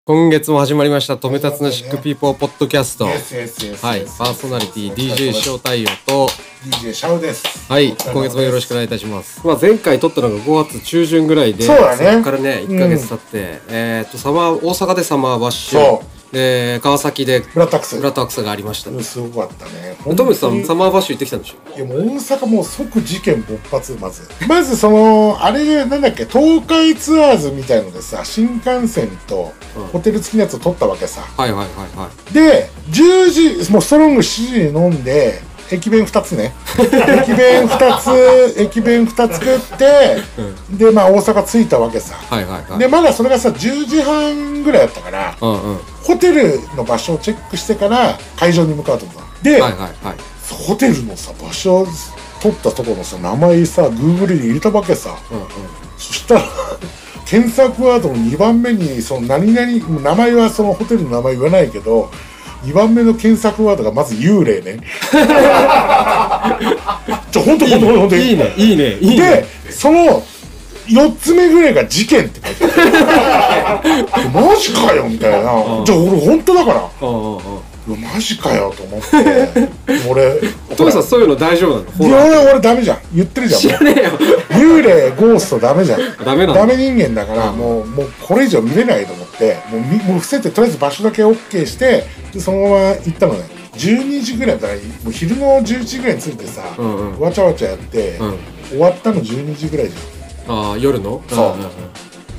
今月も始まりました「留達のシックピーポーポッドキャスト」はい、パーソナリティ DJ 塩太陽と DJ シャウです。 はい、今月もよろしくお願いいたします。前回撮ったのが5月中旬ぐらいで、 そうだね、 そこからね1ヶ月経って、大阪でサマーバッシュで川崎でブラッドアクスがありましたね。 すごかったね。 トムさんサマーバッシュ行ってきたんでしょ。 いやもう大阪もう即事件勃発。まずそのあれでなんだっけ、東海ツアーズみたいのでさ、新幹線とホテル付きのやつを取ったわけさ。で10時もうストロング7時に飲んで駅弁2つね駅弁2つ食って、でまあ大阪着いたわけさ。でまだそれがさ10時半ぐらいだったから、ホテルの場所をチェックしてから会場に向かうと思った。で、ホテルのさ場所を取ったところのさ名前さ Google に入れたわけさ。そしたら検索ワードの2番目にその何々名前はそのホテルの名前言わないけど2番目の検索ワードがまず幽霊ね。ほんといいね。でその4つ目ぐらいが事件って書いてある。マジかよみたいな。じゃあ俺本当だからマジかよと思って俺トムさんそういうの大丈夫なの？ いや俺ダメじゃん、言ってるじゃん。 知らねえよ。 幽霊ゴーストダメじゃん。ダメ人間だからもうこれ以上見れないと思ってもう伏せてとりあえず場所だけ OK してでそのまま行ったのね。12時ぐらいだからもう昼の11時ぐらいに着いてさ、わちゃわちゃやって、終わったの12時ぐらいじゃん。ああ夜の？ そう、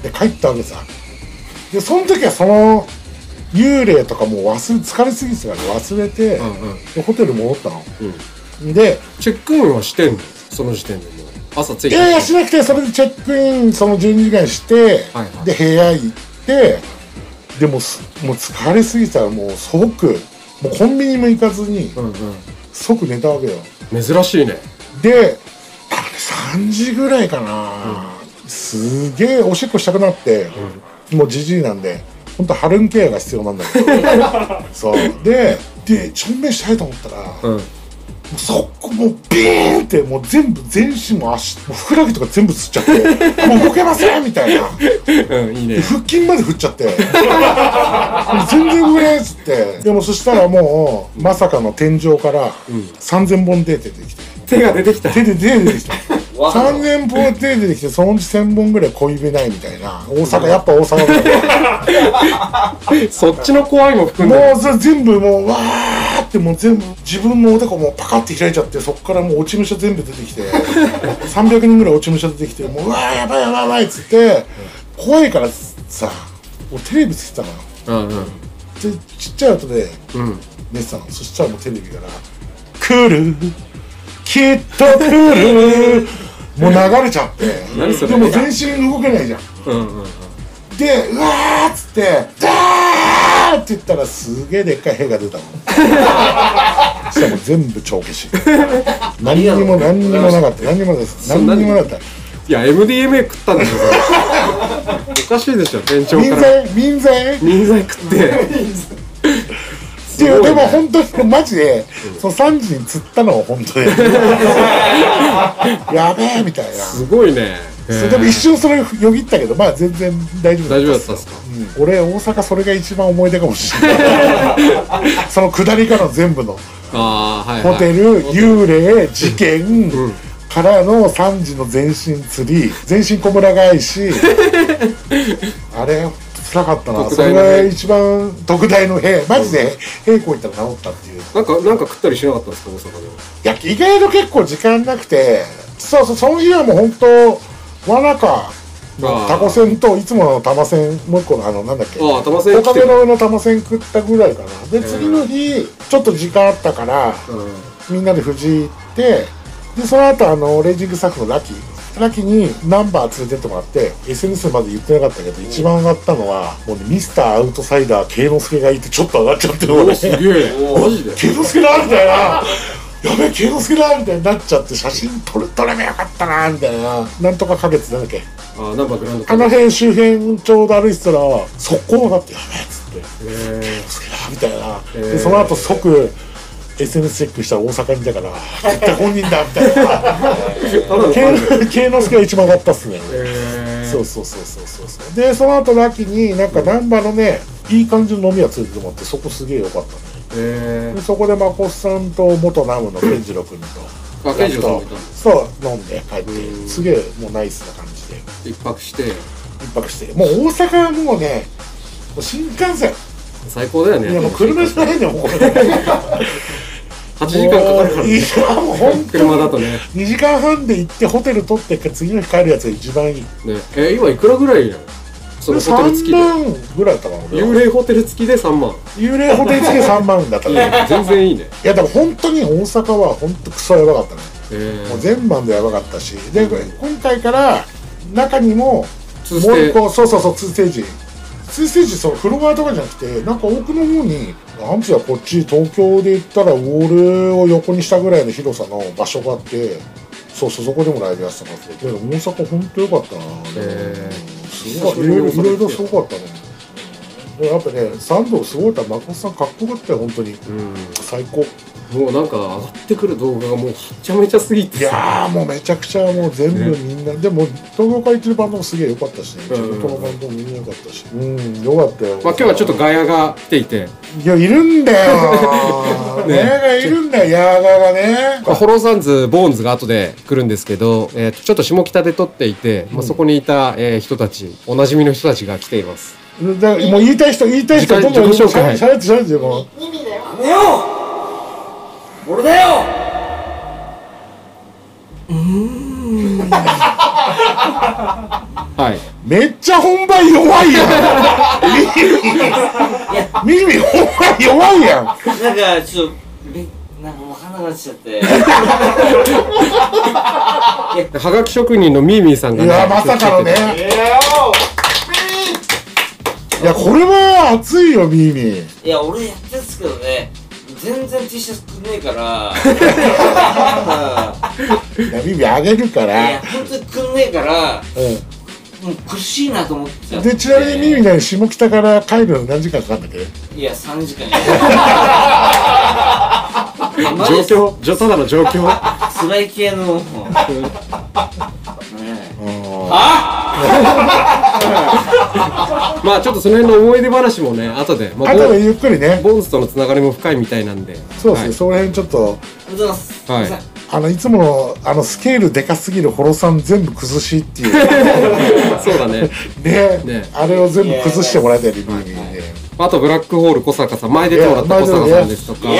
で帰ったわけさ。でその時はその幽霊とかもう疲れすぎてたから忘れて、でホテル戻ったの。でチェックインはしてんの？その時点でも朝着いて。 いやしなくて、それでチェックインその12時間して、で部屋行ってでもう疲れすぎたらもう即もうコンビニも行かずに、即寝たわけよ。 珍しいね。 で多分ね3時ぐらいかな、すげえおしっこしたくなって、もうじじいなんで本当ハルンケアが必要なんだけどそうでちょんべんしたいと思ったら、そこもうビーンってもう全部全身も足もうふくらはぎとか全部つっちゃってもう動けませんみたいな。いいね。腹筋まで振っちゃって全然動けないっつって。でもそしたらもうまさかの天井から3000本手出てきて、 手が出てきた。 手出てきた3000本手出てきて、そのうち1000本ぐらい小指ないみたいな。やっぱ大阪だそっちの怖いも含んでる。 もうそれ全部もうわーってもう全部自分のおでこもパカって開いちゃって、そっからもう落ち武者全部出てきて300人ぐらい落ち武者出てきて、もううわーやばいっつって、怖いからさもうテレビついてたのよ。でちっちゃい音で寝てたの。そしたらもうテレビから来るきっと来るもう流れちゃって、でも全身動けないじゃん。でうわーっつってダーって言ったらすげえでっかい屁が出たの。そしたらもう全部帳消し。何にもなかった。何にもなかった。 いや MDMA 食ったんだけどおかしいでしょ。店長から民剤食ってでも本当にマジでその3時に釣ったのを本当にやべえみたいな。 すごいね。 でも一瞬それよぎったけどまあ全然大丈夫だったんですか。 俺大阪それが一番思い出かもしれないその下りからの全部のホテル幽霊事件からの3時の全身釣り全身小村返しあれ辛かったな。それが一番特大の兵。マジで兵こいったら治ったっていう。 なんか食ったりしなかったんですか大阪では。 いや意外と結構時間なくて、その日はもう本当わなかのタコせんといつもの玉せんもう一個のなんだっけ、 玉せんおかげの上の玉せん食ったぐらいかな。で次の日ちょっと時間あったから、みんなで富士行って、でその後レイジングスタッフのラキにナンバー連れてってもらって、 SNS まで言ってなかったけど一番上がったのはもうね、ミスターアウトサイダー慶之助がいてちょっと上がっちゃってるのね。 すげえマジで慶之助だみたいなやべえ慶之助だみたいになっちゃって、写真撮ればよかったなみたいな。なんとか花月なんだっけ、 ナンバーグランド辺周辺ちょうど歩いてたら速攻上がってやべえっつって慶之助だみたいな。でその後即SNS チェックしたら大阪にいたから絶対本人だみたいな慶之助が一番上がったっすね。そうでその後ラキになんか難波のねいい感じの飲み屋ついてもらって、そこすげえ良かったね。でそこでまこさんと元ナムの健次郎君と健次郎さんもいたんです。 そう飲んで帰って、すげえもうナイスな感じで一泊してもう大阪はもうね、新幹線最高だよね。 いやもう車じゃないんだよもうこれ 8時間かかるからね。 いやもう本当に車だとね 2時間半で行ってホテル取って次の日帰るやつが一番いいね。 今いくらぐらいなの？そのホテル付きで 3万ぐらいだったかな。 幽霊ホテル付きで3万。 幽霊ホテル付きで3万だったね。 全然いいね。 いやでも本当に大阪は本当クソやばかったね。もう全番でやばかったし、で今回から中にももう一個そう2ステージそのフロアとかじゃなくて、なんか奥の方になんつうやこっち東京で言ったらウォールを横にしたぐらいの広さの場所があって、そこでもライブやってたから、大阪本当良かったな。すごいいろいろすごかったね。やっぱねサンドすごいったら誠さんかっこよかったよ本当に。最高。 もうなんか上がってくる動画がもうめちゃめちゃすぎてさ、 いやーもうめちゃくちゃもう全部みんな、でも東京から行ってるバンドもすげえ良かったしね、地元のバンドもみんな良かったし、良かったよ。 まあ今日はちょっとガヤが来ていて、 いやいるんだよガヤがいるんだよ、ヤーガーがね。 ホローサンズボーンズが後で来るんですけど、ちょっと下北で撮っていて、そこにいた、人たち、おなじみの人たちが来ています。 もう言いたい人どんどんしゃべってよ。もう耳だよ俺だよ。 はい。 めっちゃ本番弱いやん。耳本番弱いやん。 なんかちょっとなんかもう鼻がしちゃって。 はがき職人のミーミーさんがね。 いやまさかのね。いやこれは熱いよミーミー。 いや俺やってるんですけどね。全然 T シャツくんねえからいや耳あげるからいや本当にくんねえから、もう苦しいなと思っちゃって。 でちなみに耳ね下北から帰るの何時間かかるんだっけ？ いや3時間ただの状況辛い系のまあちょっとその辺の思い出話もね後で、 後でゆっくりね。 ボンズとのつながりも深いみたいなんで、 そうですね、その辺ちょっとありがとうございます。 はい、 いつものスケールでかすぎるホロさん全部崩しっていうそうだねね、あれを全部崩してもらいたいね。 あとブラックホール小坂さん、前出てもらった小坂さんですとか、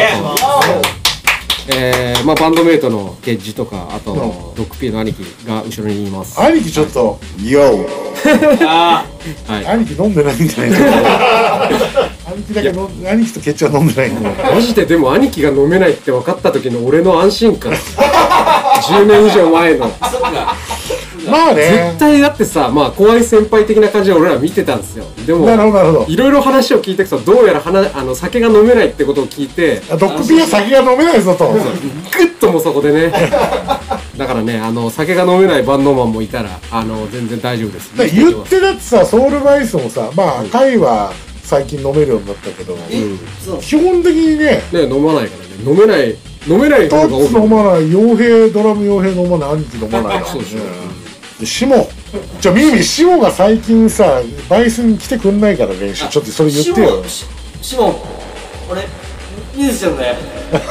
まあバンドメイトのケッジとか、あとドッグピーの兄貴が後ろにいます。 兄貴ちょっとヨー兄貴飲んでないんじゃない兄貴だけ兄貴とケッチは飲んでないんだ。 マジででも兄貴が飲めないって分かった時の俺の安心感10年以上前のまあね絶対だってさ、まあ怖い先輩的な感じで俺ら見てたんですよ。でもいろいろ話を聞いていくと、どうやら酒が飲めないってことを聞いて、 ドッグピーは酒が飲めないぞとグッともそこでねだからね、酒が飲めないバンドマンもいたら全然大丈夫です。 言ってだってさ、ソウルバイスもさ、まあ会は最近飲めるようになったけど、基本的にね飲まないからね、飲めない人が多い。 飲まない、ドラム傭兵飲まない、兄貴飲まない。そうでしょ。シモミシモが最近さバイスに来てくんないから練習、ちょっとそれ言ってよ。 シモ俺ミュージシャンだよ。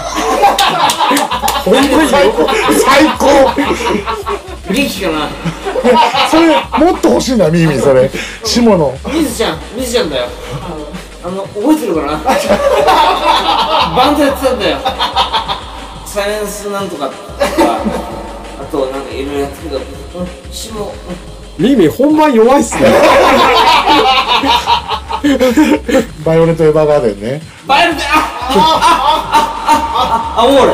ほんまに最高元気かな。 それもっと欲しいな、ミーミー。それシモのミュージシャンだよ。覚えてるかな。バンドやってたんだよ。サイレンスなんとかとか、あとなんかいろいろやってるけど、シモミーミー本番弱いっすね。 バイオレット・エヴァーガーデンね。 バイオレットオー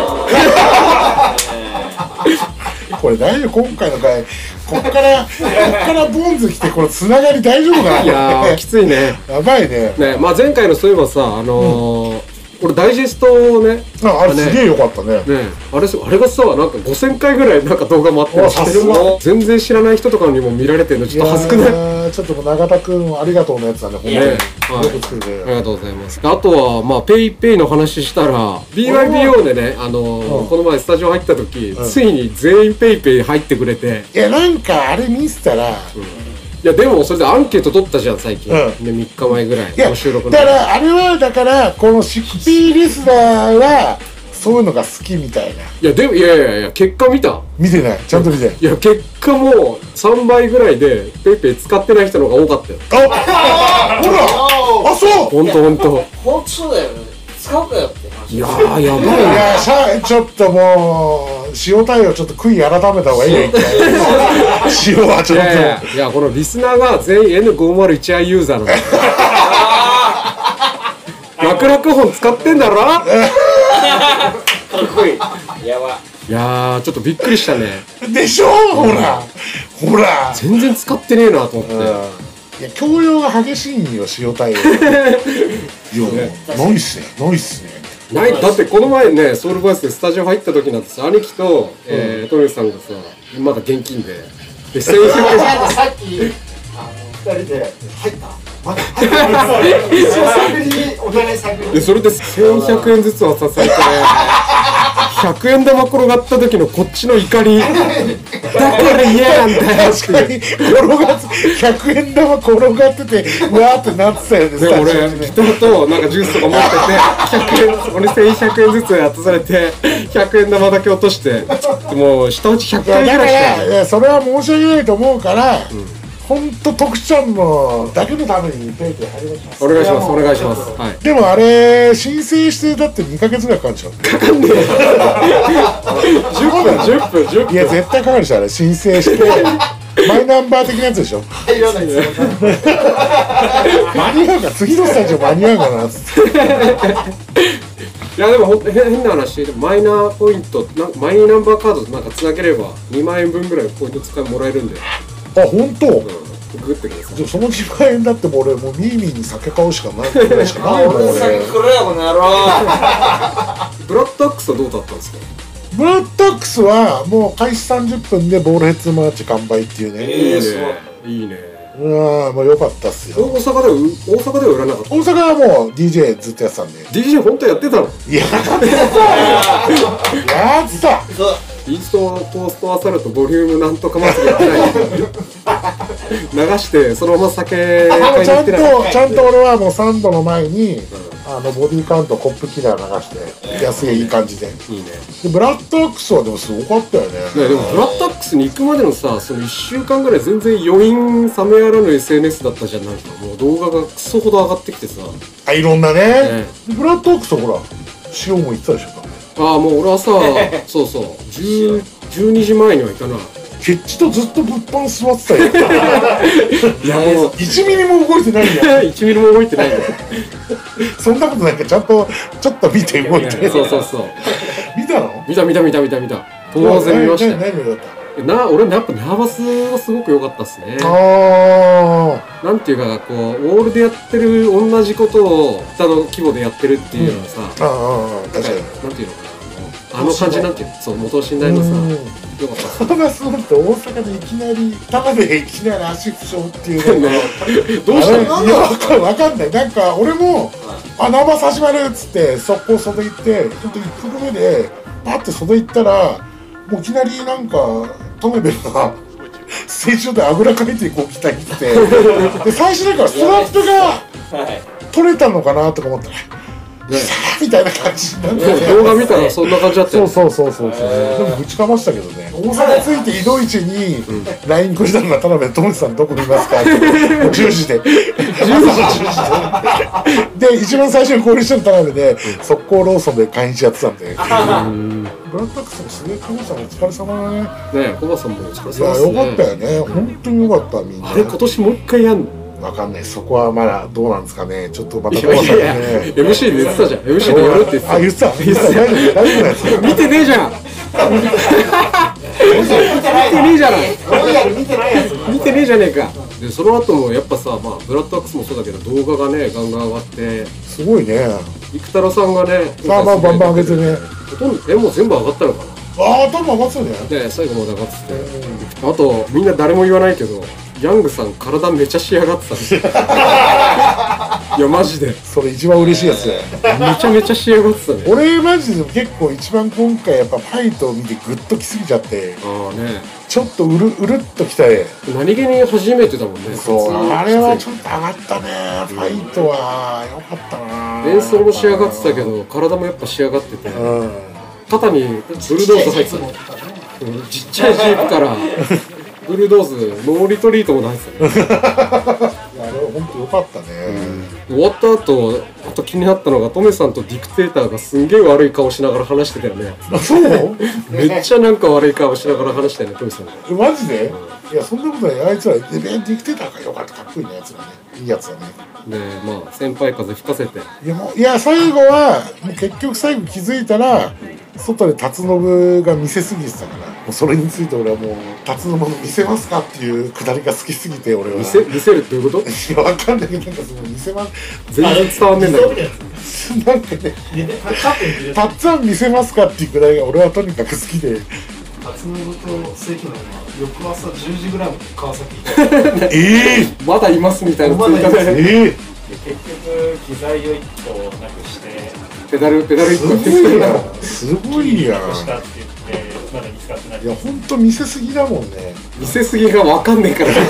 レ。 これ大丈夫？今回の回こっからボンズ来てこのつながり大丈夫かな。 いやーきついね。 やばいね。 まあ前回のそういえばさ、俺ダイジェストをね、 あれすげえよかったね。 あれがさ、なんか5000回ぐらいなんか動画もあってる。全然知らない人とかにも見られてるのちょっと恥ずくない？ ちょっと永田君ありがとうのやつだね。ほんとによく作るね。 ありがとうございます。あとはまあペイペイの話したら BYBO でね、この前スタジオ入った時、ついに全員ペイペイ入ってくれて、 いやなんかあれ見せたらいやでもそれでアンケート取ったじゃん最近、で3日前ぐらいの収録の。だからあれはだからこのシッピーリスナーはそういうのが好きみたいな。 いやでもいや結果見た？ 見てない、ちゃんと見てない。 いや結果も3倍ぐらいでペイペイ使ってない人の方が多かったよ。 あほら、あそう、 ほんとそうだよね。使うかよって話。 いやーやばいね。 いやちょっともう塩対応ちょっと悔い改めた方がいいよ。塩はちょっと。 いやこのリスナーが全員 N501i ユーザーなんだよ。楽々本使ってんだろ。かっこいい。やば。 いやーちょっとびっくりしたね。 でしょ、ほら全然使ってねえなと思って。 いや教養が激しいんよ塩対応。いやないっすね。 ない。だってこの前ねソウルボイスでスタジオ入った時なんてさ、兄貴とトミさんがさまだ現金で1100円。 さっき2人で入った。まだ入った。お互い探り。 でそれで1100円ずつ渡されて100円玉転がった時のこっちの怒り。だから嫌なんだよ。 確かに100円玉転がっててうわーってなってたよね。 で俺ギターとなんかジュースとか持ってて100円俺1100円ずつ渡されて100円玉だけ落としてもう下打ち100回ぐらいしたよ。 いやそれは申し訳ないと思うから、ほんと徳ちゃんのだけのためにペイペイ入ります。 お願いしますお願いします。はい。 でもあれ申請してだって2ヶ月ぐらいかかるでしょ。 かかんねえ。10分。 いや絶対かかるでしょあれ申請して。マイナンバー的なやつでしょ。入らないですよ。間に合うか、次のスタジオ間に合うかなっつって。 いやでも変な話でマイナーポイントマイナンバーカードなんかつなげれば2万円分ぐらいポイント使いもらえるんで。 あ本当。 グってください。 じゃその2万円だってもう俺もうミーミーに酒買うしかないぐらいしかないもん俺。 酒くれよこの野郎。 ブラッドアックスはどうだったんですか？ ブラッドアックスはもう開始30分でボールヘッズマーチ完売っていうね。 いいね。 もう良かったっすよ。 大阪では売らなかった。 大阪はもう DJ ずっとやってたんで。 DJ 本当やってたの？ いややってた。 イーストトーストアサルトボリュームなんとか祭りやってない。流してそのまま酒買いに行ってない。 ちゃんと俺はもうサンドの前にボディーカウントコップキラー流して安いいい感じで。いいね。でブラッドアックスはでもすごかったよね。 でもブラッドアックスに行くまでのさその1週間ぐらい全然余韻冷めやらぬ SNS だったじゃないか。もう動画がクソほど上がってきてさ。 いろんなね。ブラッドアックスはほら塩も言ってたでしょ。 ああもう俺朝そう12時前には行かな。 ケッチとずっと物販座ってたよ。いやもう1ミリも動いてないやん。 1ミリも動いてないよ。 そんなことないかちゃんとちょっと見て動いて。 そう見たの？ 見た当然見ましたよ。 何だった？ 俺やっぱナーバスはすごく良かったっすね。なんていうかこうオールでやってる同じことを他の規模でやってるっていうのはさ、 確かになんていうのかなあの感じなんていうのそう元信頼のさ良かったっす。 ナーバスって大阪でいきなり玉でいきなり足負傷っていうのどうしたの？ いやわかんない。なんか俺もナーバス始まるっつって速攻袖行ってほんと1曲目でパッて袖行ったらもういきなりなんかトメベルがステージ上であぐらかいてこう来たりしてで最初なんかストラップが取れたのかなとか思ったらみたいな感じになって動画見たらそんな感じだったよ。 そうでもぶちかましたけどね。大阪着いて井戸市に LINE くれたのが田辺智さんどこにいますかって10時でで一番最初に交流したの田辺で速攻ローソンで会員やってたんでブラッドアックスもすげえコバさんお疲れ様だね。 ねえコバさんもお疲れ様ですね。 いやよかったよね。本当によかったみんな。 あれ今年もう一回やんの？ わかんない。そこはまだどうなんですかね。ちょっとまたコバさんね MC で言ってたじゃん。MC でやるって言ってた。 言ってた大丈夫なやつ見てねえじゃん。見てねえじゃない。見てねえじゃねえか。でその後もやっぱさ、まあブラッドアックスもそうだけど動画がねガンガン上がってすごいね。 生田太さんがねバンバン上げてね。 ほとんどもう全部上がったのかな。 多分上がってたね。 で最後まで上がってて、あとみんな誰も言わないけどヤングさん体めちゃ仕上がってたんですよ。いやマジでそれ一番嬉しいやつだよ。 めちゃめちゃ仕上がってたね。 俺マジで結構一番今回やっぱファイトを見てグッときすぎちゃって、 ちょっとうるっときたね。 何気に初めてだもんね。 そう、あれはちょっと上がったね。ファイトは良かったな。 演奏も仕上がってたけど体もやっぱ仕上がってて、肩にブルドーズ入ってたね。ちっちゃいジープからブルドーズノーリトリートもないですよね。 あれは本当良かったね。 終わった後、あと気になったのがトメさんとディクテーターがすんげえ悪い顔しながら話してたよね。 そうめっちゃなんか悪い顔しながら話したよね、トメさんが。 マジで？いや、そんなことない。あいつらディクテーターが良かった。かっこいいね、やつらね。いいやつだね。 で、まあ先輩風吹かせて、 いや最後はもう結局最後気づいたら外で辰信が見せすぎてたから、もうそれについて俺はもう辰信の見せますかっていうくだりが好きすぎて、俺は見せるってどういうこと？ いや、わかんないけど、なんかその見せます全然伝わんねえんだけど、 なんかねたっつぁん見せますかっていうくだりが俺はとにかく好きで、 辰信と関野は翌朝10時ぐらいまで川崎行ったまだいますみたいなツイートで、 結局機材を1個なくしてペダル1個すごいやん、すごいやん。 したって言ってまだ見つかってない。 いや、ほんと見せすぎだもんね。 見せすぎがわかんねえから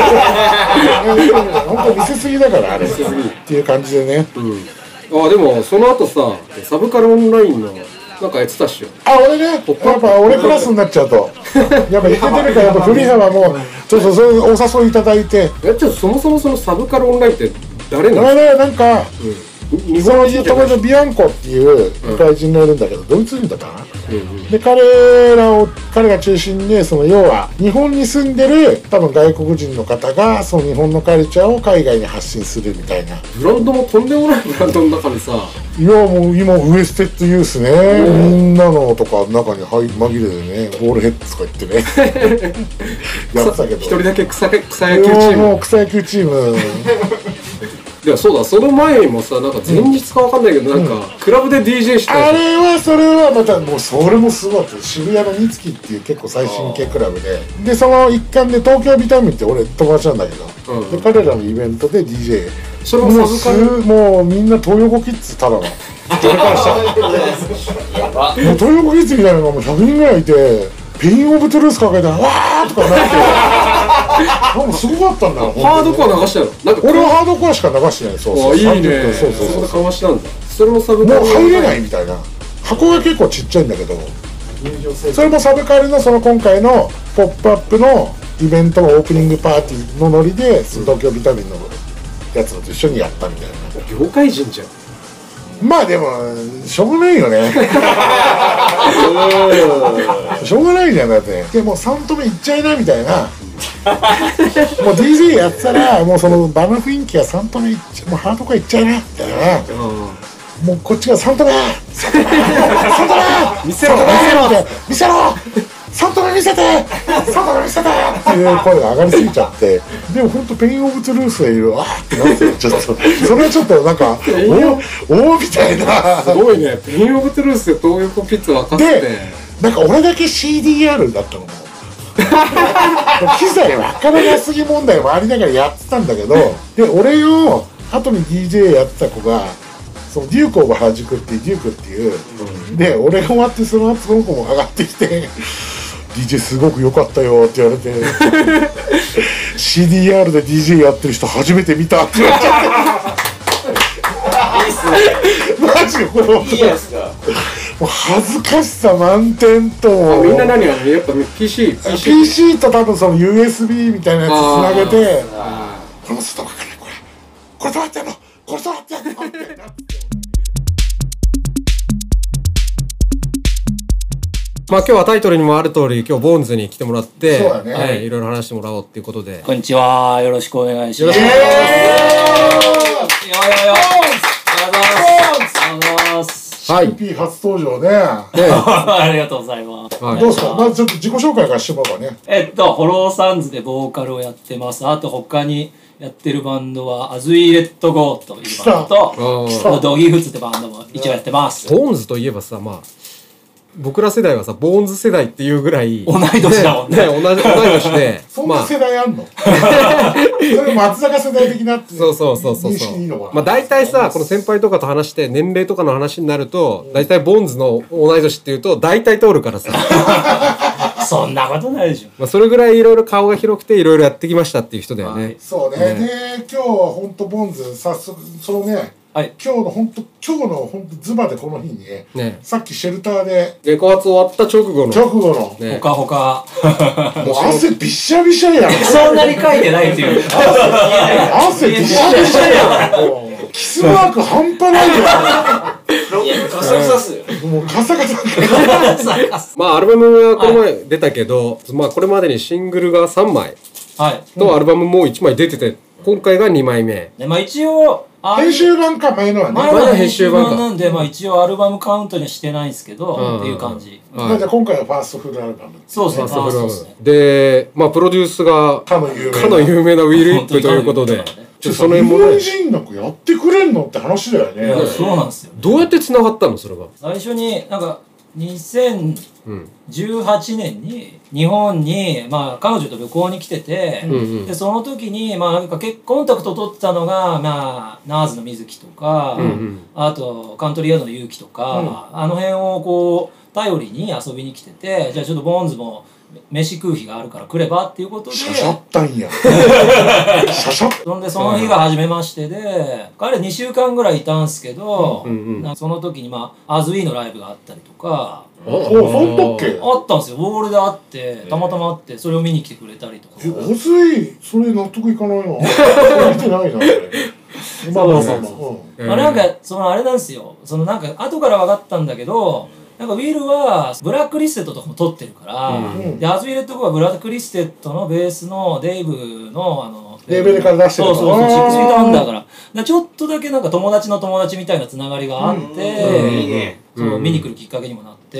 ほんと見せすぎだからあれっていう感じでね。 あ、でもその後さ、サブカルオンラインのなんかやってたっしょ。 あ、俺ね、やっぱ俺クラスになっちゃうとやっぱイケてるから、やっぱ振り幅もそうお誘いいただいて。 じゃあそもそもそのサブカルオンラインって誰なの？ なんか日本人友達のビアンコっていう外人がいるんだけど、ドイツ人だったかな。で彼が中心で、その要は日本に住んでる多分外国人の方がその日本のカルチャーを海外に発信するみたいな。 ブランドもとんでもないブランドの中にさ、 いやもう今ウエステッドユースね、みんなのとか中に紛れでね、ボールヘッドとか言ってねやってたけど、 一人だけ草野球チーム。 もう草野球チームいや、そうだ、その前にもさ、なんか前日かわかんないけど、なんかクラブで DJ してたそれはまたもうそれもすごい。渋谷のニツキっていう結構最新系クラブで、その一環で東京ビタミンって俺友達なんだけど、で彼らのイベントで DJ、 それもサブカル、 もうみんな東横キッズただの俺からしたらもう東横キッズみたいなのがもう100人ぐらいいて、ペインオブトゥルースかけたらわーとかなってなんかすごかったんだよ。 ハードコア流したの？なんか俺はハードコアしか流してない。そういいね。 そうそこでかましたんだ。それもサブカル。 もう入れないみたいな。箱が結構ちっちゃいんだけど、それもサブカルのその今回のポップアップのイベントのオープニングパーティーのノリで、東京ビタミンのやつと一緒にやったみたいな。 業界人じゃん。 まあでもしょうがないよねしょうがないじゃん。だってでもう3度目いっちゃいなみたいなもう DJ やってたらもうその場の雰囲気が3度目いっちゃもうハードコアいっちゃいなみたいな、もうこっちが3度目見せろ3度目見せてっていう声が上がりすぎちゃって、でも本当ペインオブトゥルースがいるわってなってちょっとそれはちょっとなんかおみたいな。 すごいね。ペインオブトゥルースで東横キッズ沸かせて、 なんか俺だけ CDR だったのも機材分からなすぎ問題もありながらやってたんだけど、で俺の後に DJ やってた子がそのデュークオブ原宿っていうデュークっていう、で俺が終わってその後その子も上がってきてDJ すごく良かったよって言われてCDR で DJ やってる人初めて見たって言われちゃっていいっすねマジでこれいいですか。もう恥ずかしさ満点と、 みんな何やっぱ PC と多分その USB みたいなやつつなげて、このストーカーね、これどうやってやるの、これどうやってやるのってまあ今日はタイトルにもある通り、今日ボーンズに来てもらって、 そうだね、 はい、いろいろ話してもらおうっていうことで。 こんにちは、よろしくお願いします。 はい、CP 初登場ね。 ありがとうございます。 どうですか。まずちょっと自己紹介からしてもらおうかね。 ホローサンズでボーカルをやってます。あと他にやってるバンドはアズイレッドゴーというバンドとドギーフッツってバンドも一応やってます。 ボーンズといえばさ、まあ僕ら世代はさ、ボーンズ世代っていうぐらい同い年だもんね。 同い年でそんな世代あんのそれ松坂世代的なってそうまあ大体さ、この先輩とかと話して年齢とかの話になると、大体ボーンズの同い年っていうと大体通るからさそんなことないでしょ。 まあそれぐらいいろいろ顔が広くていろいろやってきましたっていう人だよね。 そうね。で今日は本当ボンズ早速そのね。今日の本当ズバでこの日にね、さっきシェルターでレコ発終わった直後のほかほかもう汗びっしゃびしゃやん。 そんなに書いてないっていう汗びっしゃびしゃやん。キスマーク半端ないよ。 カサカサっすよ。 もうカサカサ。 まあアルバムはこの前出たけど、まあこれまでにシングルが3枚とアルバムもう1枚出てて、今回が2枚目。 まあ一応編集版か前のはね。 前の編集版なんで、まあ一応アルバムカウントにはしてないんですけど、っていう感じ。 じゃあ今回はファーストフルアルバム。 そうですね、ファーストですね。 で、まあプロデュースがかの有名なウィル・イップということで、 ちょっとその辺もね、日本人なんかやってくれんのって話だよね。 そうなんですよ。 どうやって繋がったのそれが。 最初になんか2018年に日本に、まあ、彼女と旅行に来てて、でその時に、まあ、なんかコンタクト取ったのが、まあ、ナーズの水木とか、あとカントリーヤードの勇気とか、あの辺をこう頼りに遊びに来てて、じゃあちょっとボーンズも飯食う日があるから来ればっていうことでしゃしゃったんやしゃしゃっそんでその日が初めましてで彼2週間ぐらいいたんすけど、その時にまあアズウィーのライブがあったりとかそんだっけあったんですよ。ウォールであってたまたまあってそれを見に来てくれたりとか。 アズウィーそれ納得いかないな。見てないな。まあなんかそのあれなんですよ。そのなんか後から分かったんだけど。なんかウィルはブラックリステッドとかも撮ってるから、でアズウィルってとこはブラックリステッドのベースのデイブのレーベルから出してるそうシックスフィートアンダーからちょっとだけなんか友達の友達みたいなつながりがあってそう見に来るきっかけにもなって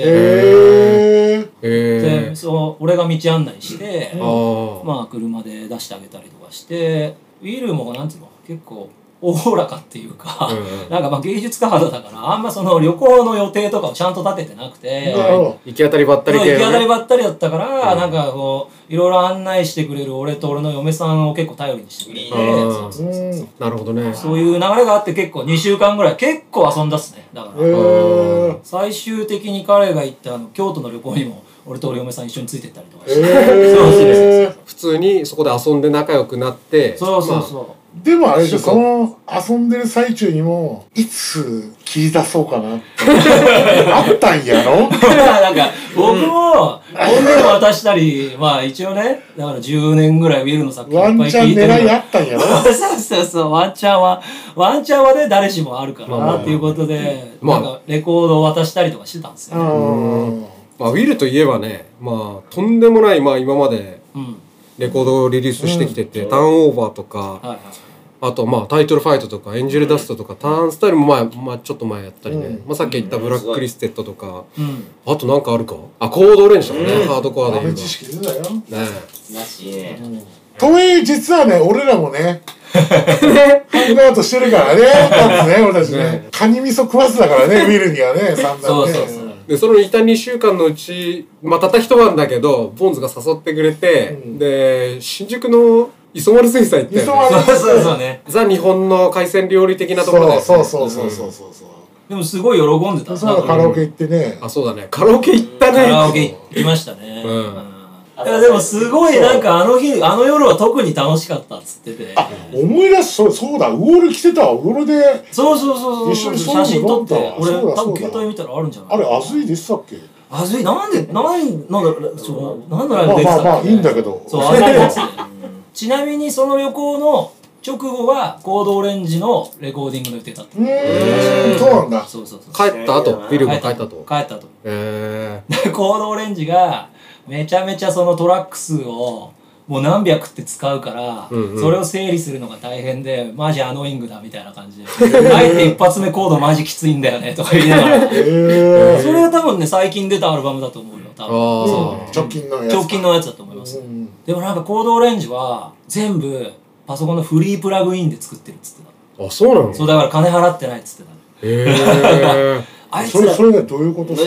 でそう俺が道案内してまあ車で出してあげたりとかしてウィルもなんていうの結構おおらかっていうか、なんかまあ芸術家肌だからあんまその旅行の予定とかをちゃんと立ててなくて行き当たりばったり行き当たりばったりだったから、なんかこういろいろ案内してくれる俺と俺の嫁さんを結構頼りにしてくれてなるほどね。 そういう流れがあって結構2週間ぐらい結構遊んだっすね。だから最終的に彼が行った京都の旅行にも俺と俺嫁さん一緒についてったりとかして普通にそこで遊んで仲良くなってそうでもあれでしょ、その遊んでる最中にもいつ切り出そうかなってあったんやろなんか僕も音源渡したりまあ一応ねだから10年ぐらいウィルの作品いっぱい聴いてるワンチャン狙いあったんやろそうワンチャンはね誰しもあるからっていうことでなんかレコードを渡したりとかしてたんですよ。 まあウィルといえばね、まあとんでもないまあ今までレコードをリリースしてきてて、ターンオーバーとか、あとまあタイトルファイトとかエンジェルダストとかターンスタイルもまあちょっと前やったりね、まあさっき言ったブラッククリステッドとか、あとなんかあるか、あコードオレンジとかね、ハードコアで言う知識出たよね。 なしね。 とはいえ実はね俺らもねハングアウトしてるからね俺たちねカニ味噌食わずだからねウィルにはね散々ね。 でそのいた2週間のうち、まあ、たった一晩だけどボンズが誘ってくれて、で新宿の磯丸水産行ったよね。ザ日本の海鮮料理的なところで。 そうでもすごい喜んでた。 カラオケ行ってね。 あ、そうだね。カラオケ行ったね。 カラオケ行きましたね。でもすごいなんかあの日あの夜は特に楽しかったっつってて。 思い出すそうだウォール着てたウォールでそう一緒に写真撮って俺多分携帯見たらあるんじゃない。 あれアズイでしたっけ。 アズイなんで何のライブ出てたっけ。 まあいいんだけど。 そうアズイです。ちなみにその旅行の直後はコードオレンジのレコーディングの予定だった。 そうなんだ。 そう帰った後ビルが帰った後。 帰った後。コードオレンジがめちゃめちゃそのトラック数をもう何百って使うから、それを整理するのが大変でマジアノイングだみたいな感じであえて一発目コードマジきついんだよねとか言いながらそれは多分ね最近出たアルバムだと思うよ多分。 直近のやつだと思います。でもなんかコードオレンジは全部パソコンのフリープラグインで作ってるっつってた。あ、そうなの。 そうだから金払ってないっつってた。 あいつそれがどういうことですか。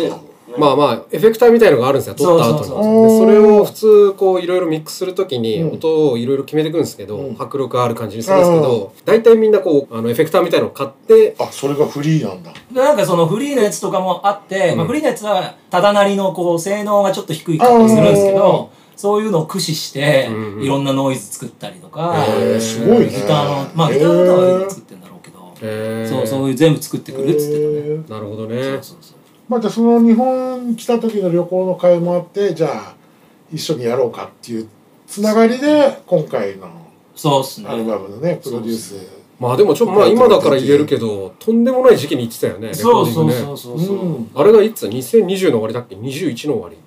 まあエフェクターみたいのがあるんですよ、撮った後に。それを普通こういろいろミックスするときに音をいろいろ決めていくんですけど、迫力ある感じにするんですけど、大体みんなこうエフェクターみたいのを買って、 それがフリーなんだ。 なんかそのフリーのやつとかもあって、フリーのやつはただなりのこう性能がちょっと低い感じするんですけど、そういうのを駆使していろんなノイズ作ったりとか、 すごいね。 ギターのギターの音は作ってんだろうけど、そういう全部作ってくるっつってたね。 なるほどね。 じゃあその日本来た時の旅行の会もあって、じゃあ一緒にやろうかっていうつながりで今回のアルバムのねプロデュース。 まあでも今だから言えるけど、とんでもない時期に行ってたよね、レコーディングね。あれがいつ2020の終わりだっけ、21の終わり。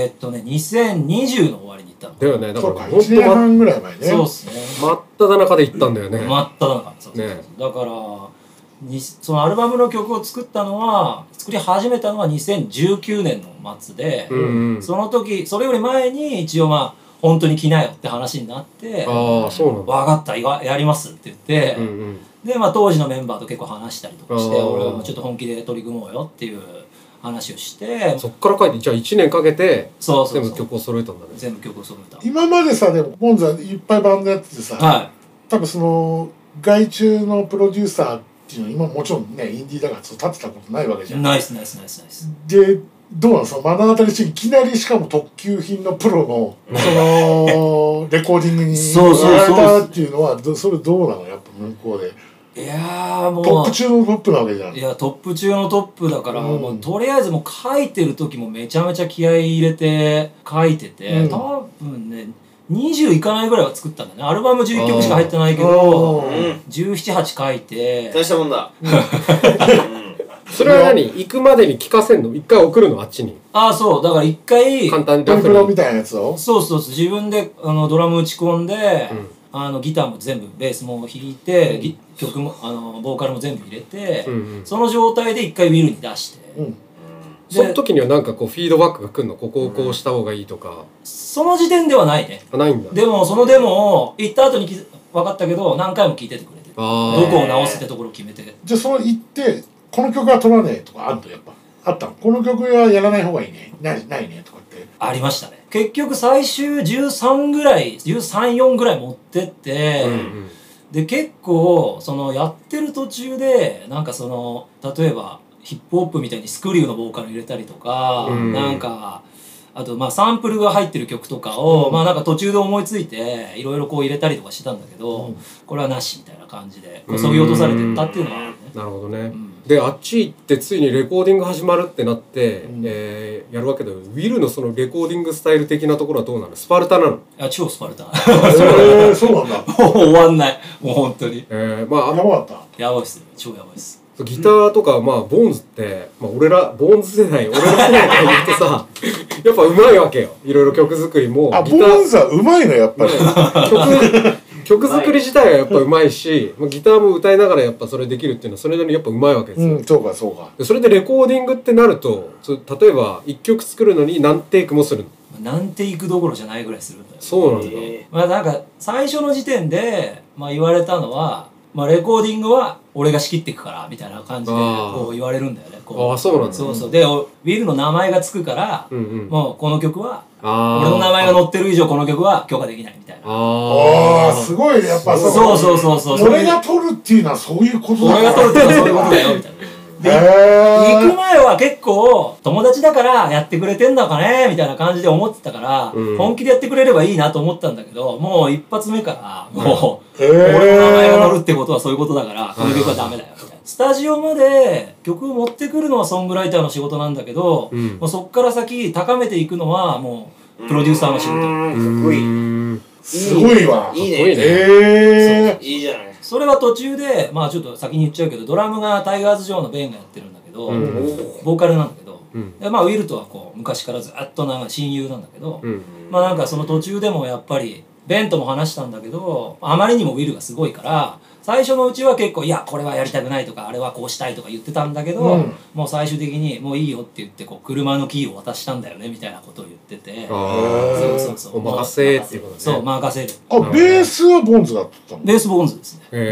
2020の終わりに行ったの。 だよね、だから 1年半ぐらい前ね。 そうっすね。 真っ只中で行ったんだよね。 真っ只中。だからそのアルバムの曲を作り始めたのは2019年の末で、その時それより前に一応本当に来なよって話になって、 そうなんだ。 分かった、やりますって言って、で当時のメンバーと結構話したりとかして、俺はもうちょっと本気で取り組もうよっていう話をして、 そっから書いて、じゃあ1年かけて全部曲を揃えたんだね。 全部曲を揃えた。 今までさ、でもボンズはいっぱいバンドやっててさ、多分その外注のプロデューサーっていうのは今もちろんねインディーだから立ってたことないわけじゃん。 ナイス。 でどうなんですか、目の当たりしていきなりしかも特級品のプロのそのレコーディングにやられたっていうのはそれどうなの、やっぱ向こうで。 いやもうトップ中のトップなわけじゃん。 いやトップ中のトップだから、もうとりあえずもう書いてる時もめちゃめちゃ気合い入れて書いてて、多分ね20いかないぐらいは作ったんだね。アルバム11曲しか入ってないけど、17、8書いて。 大したもんだ。 それは何、行くまでに聞かせんの？一回送るの、あっちに。 そうだから一回簡単にドリプロみたいなやつを。 そう自分でドラム打ち込んで、ギターも全部ベースも弾いて、曲もボーカルも全部入れて、その状態で一回ウィルに出して、 その時にはなんかこうフィードバックが来るの？ここをこうした方がいいとか。 その時点ではないね。 ないんだ。 でもそのデモを行った後に分かったけど、何回も聴いててくれて、どこを直すってところを決めて。 じゃあその行ってこの曲は取らねえとかあると、やっぱあったの？この曲はやらない方がいいね、ないねとかってありましたね。結局最終13ぐらい13、4ぐらい持ってって、で結構そのやってる途中でなんかその例えばヒップホップみたいにスクリューのボーカル入れたりとか、なんかあとサンプルが入ってる曲とかを、なんか途中で思いついていろいろこう入れたりとかしてたんだけど、これはなしみたいな感じでそぎ落とされてったっていうのはあるね。 なるほどね。であっち行ってついにレコーディング始まるってなって、やるわけだよ。ウィルのそのレコーディングスタイル的なところはどうなの？スパルタなの？ 超スパルタ。 そうなんだ。 もう終わんない。もう本当に。 やばかった。 やばいっす。超やばいっす。 ギターとかボーンズって、ボーンズ世代、俺ら世代から言うとさ、やっぱ上手いわけよ。いろいろ曲作りも。 ボーンズは上手いのやっぱり。 曲作り自体はやっぱ上手いし、ギターも歌いながらやっぱそれできるっていうのはそれなりにやっぱ上手いわけですよ。 そうか。 それでレコーディングってなると、例えば1曲作るのに何テイクもするの？ 何テイクどころじゃないぐらいするんだよ。 そうなんだ。 なんか最初の時点で言われたのは、レコーディングは俺が仕切っていくからみたいな感じでこう言われるんだよね。 そうなんだ。 そうでウィルの名前がつくから、もうこの曲は俺の名前が載ってる以上この曲は許可できないみたいな。 すごいやっぱそう俺が撮るっていうのはそういうことだ。 俺が撮るっていうのはそういうことだよみたいな。で行く前は結構友達だからやってくれてんのかねみたいな感じで思ってたから、本気でやってくれればいいなと思ったんだけど、もう一発目からもう、俺の名前が載るってことはそういうことだからこの曲はダメだよみたいな。スタジオまで曲を持ってくるのはソングライターの仕事なんだけど、もうそっから先高めていくのはもうプロデューサーの仕事。 かっこいい。 すごいわ。 いいね。 いいじゃない。 それは途中でちょっと先に言っちゃうけど、ドラムがタイガーズ・ジョーのベンがやってるんだけど、ボーカルなんだけど、でウィルとはこう昔からずっと親友なんだけど、なんかその途中でもやっぱりベンとも話したんだけど、あまりにもウィルがすごいから最初のうちは結構いやこれはやりたくないとかあれはこうしたいとか言ってたんだけど、もう最終的にもういいよって言ってこう車のキーを渡したんだよねみたいなことを言ってて、そうお任せっていうことね。 そう任せる。 ベースはボンズだったの？ ベースボーンズですね。 ボ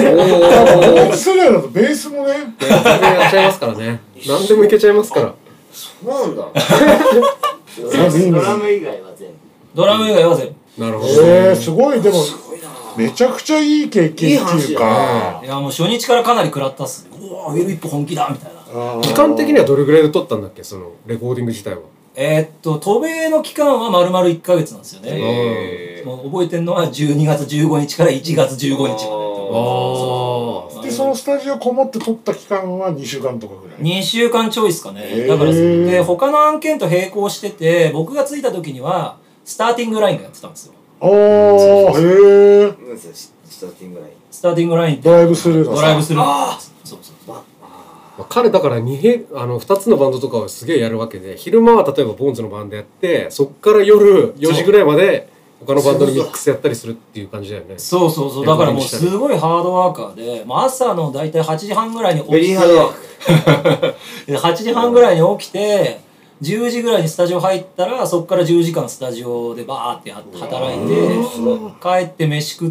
ンズ世代だとベースもね全然やっちゃいますからね。何でもいけちゃいますから。 そうなんだ。 ドラム以外は全部。 ドラム以外は全部。 なるほど。 すごい。でもめちゃくちゃいい経験っていうか。 いやもう初日からかなり食らったっすね。うわウィル一歩本気だみたいな。 期間的にはどれぐらいで撮ったんだっけ、そのレコーディング自体は。 渡米の期間は丸々1ヶ月なんですよね。もう覚えてるのは12月15日から1月15日まで。 でそのスタジオこもって撮った期間は2週間とかぐらい。 2週間ちょいですかね。だからで他の案件と並行してて、僕が着いた時にはスターティングラインがやってたんですよ。 ああ、へえ。 スターティングライン。 スターティングラインドライブスルーの。 ドライブスルー。そうそう。 彼だから2つのバンドとかをすげえやるわけで、昼間は例えばボーンズのバンドやって、そっから夜4時ぐらいまで他のバンドのミックスやったりするっていう感じだよね。 そうそうそう。だからもうすごいハードワーカーで、朝の大体8時半ぐらいに起きて、 ベリーハードワーク。 8時半ぐらいに起きて、10時ぐらいにスタジオ入ったら、そっから10時間スタジオでバーって働いて、帰って飯食って、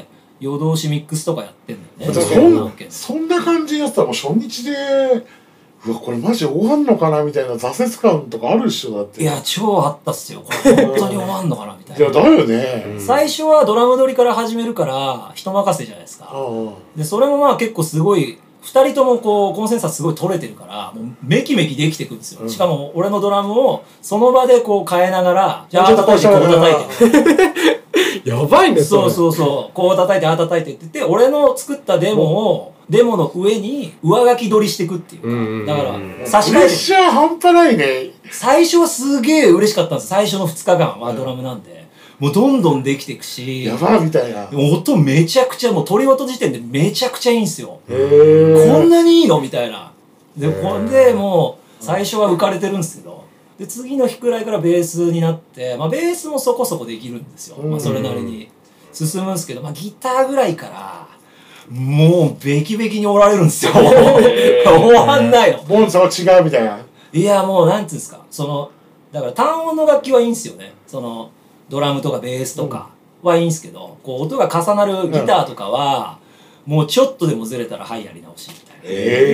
夜通しミックスとかやってんだよね。 そんな感じになったらもう初日で、うわこれマジ終わんのかなみたいな挫折感とかあるっしょ。だって。 いや超あったっすよ。これ本当に終わんのかなみたいな。 いやだよね。 最初はドラム撮りから始めるから人任せじゃないですか。でそれもまあ結構すごい2人ともこうコンセンサスすごい取れてるからもうメキメキできてくんですよ。しかも俺のドラムをその場でこう変えながら、じゃあ叩いてこう叩いて。 やばいね。 そうそうそう。こう叩いて叩いてって言って、俺の作ったデモの上に上書き取りしていくっていうか、だから差し替えて。 プレッシャー半端ないね。 最初はすげえ嬉しかったんです。最初の2日間はドラムなんで。もうどんどんできていくし。 やばいみたいな。 音めちゃくちゃ、もう取り音時点でめちゃくちゃいいんですよ。こんなにいいのみたいな。で、これでもう最初は浮かれてるんですけど。で次の日くらいからベースになって、まあ、ベースもそこそこできるんですよ、まあ、それなりに進むんですけど、まあ、ギターぐらいからもうベキベキに折られるんですよ終わんないの。 ボンさんは違うみたいな。 いやもうなんていうんですか、だから単音の楽器はいいんですよね。ドラムとかベースとかはいいんですけど、こう音が重なるギターとかは、もうちょっとでもずれたらはいやり直しみたいな。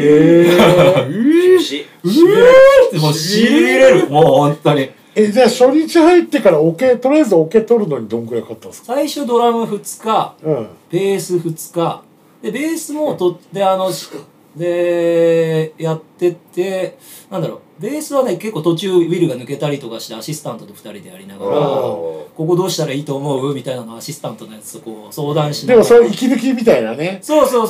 もうしびれる。もう本当に。 じゃあ初日入ってからとりあえずオケ取るのにどんくらいかかったんですか？ 最初ドラム2日、ベース2日でベースも取ってでやってってなんだろう、ベースはね結構途中ウィルが抜けたりとかしてアシスタントと2人でやりながらここどうしたらいいと思うみたいなのをアシスタントのやつとこう相談しながら。 でもそれ息抜きみたいなね。 そう結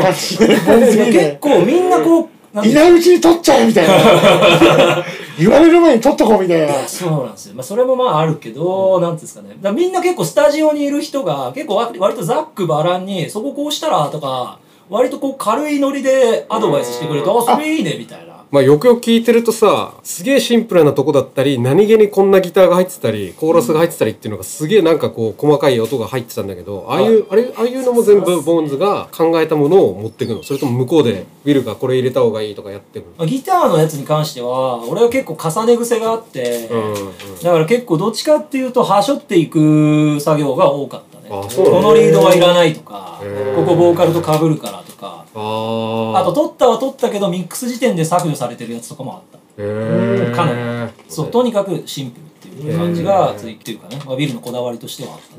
構みんなこういないうちに取っちゃえみたいな言われる前に取っとこうみたいな。 そうなんですよ。まあそれもまああるけど、なんていうんですかね。だからみんな結構スタジオにいる人が結構割とざっくばらんにそここうしたらとか割とこう軽いノリでアドバイスしてくれて、あそれいいねみたいな。 まあよくよく聞いてるとさ、すげえシンプルなとこだったり、何気にこんなギターが入ってたりコーラスが入ってたりっていうのがすげえなんかこう細かい音が入ってたんだけど、ああいうのも全部ボーンズが考えたものを持っていくの？それとも向こうでウィルがこれ入れた方がいいとかやってるの？ ギターのやつに関しては俺は結構重ね癖があって、だから結構どっちかっていうとはしょっていく作業が多かったね。このリードはいらないとか、ここボーカルと被るからとか、あと取ったは取ったけどミックス時点で削除されてるやつとかもあった。かなりそうとにかくシンプルっていう感じがついてるかね、まあ、ウィルのこだわりとしてはあった。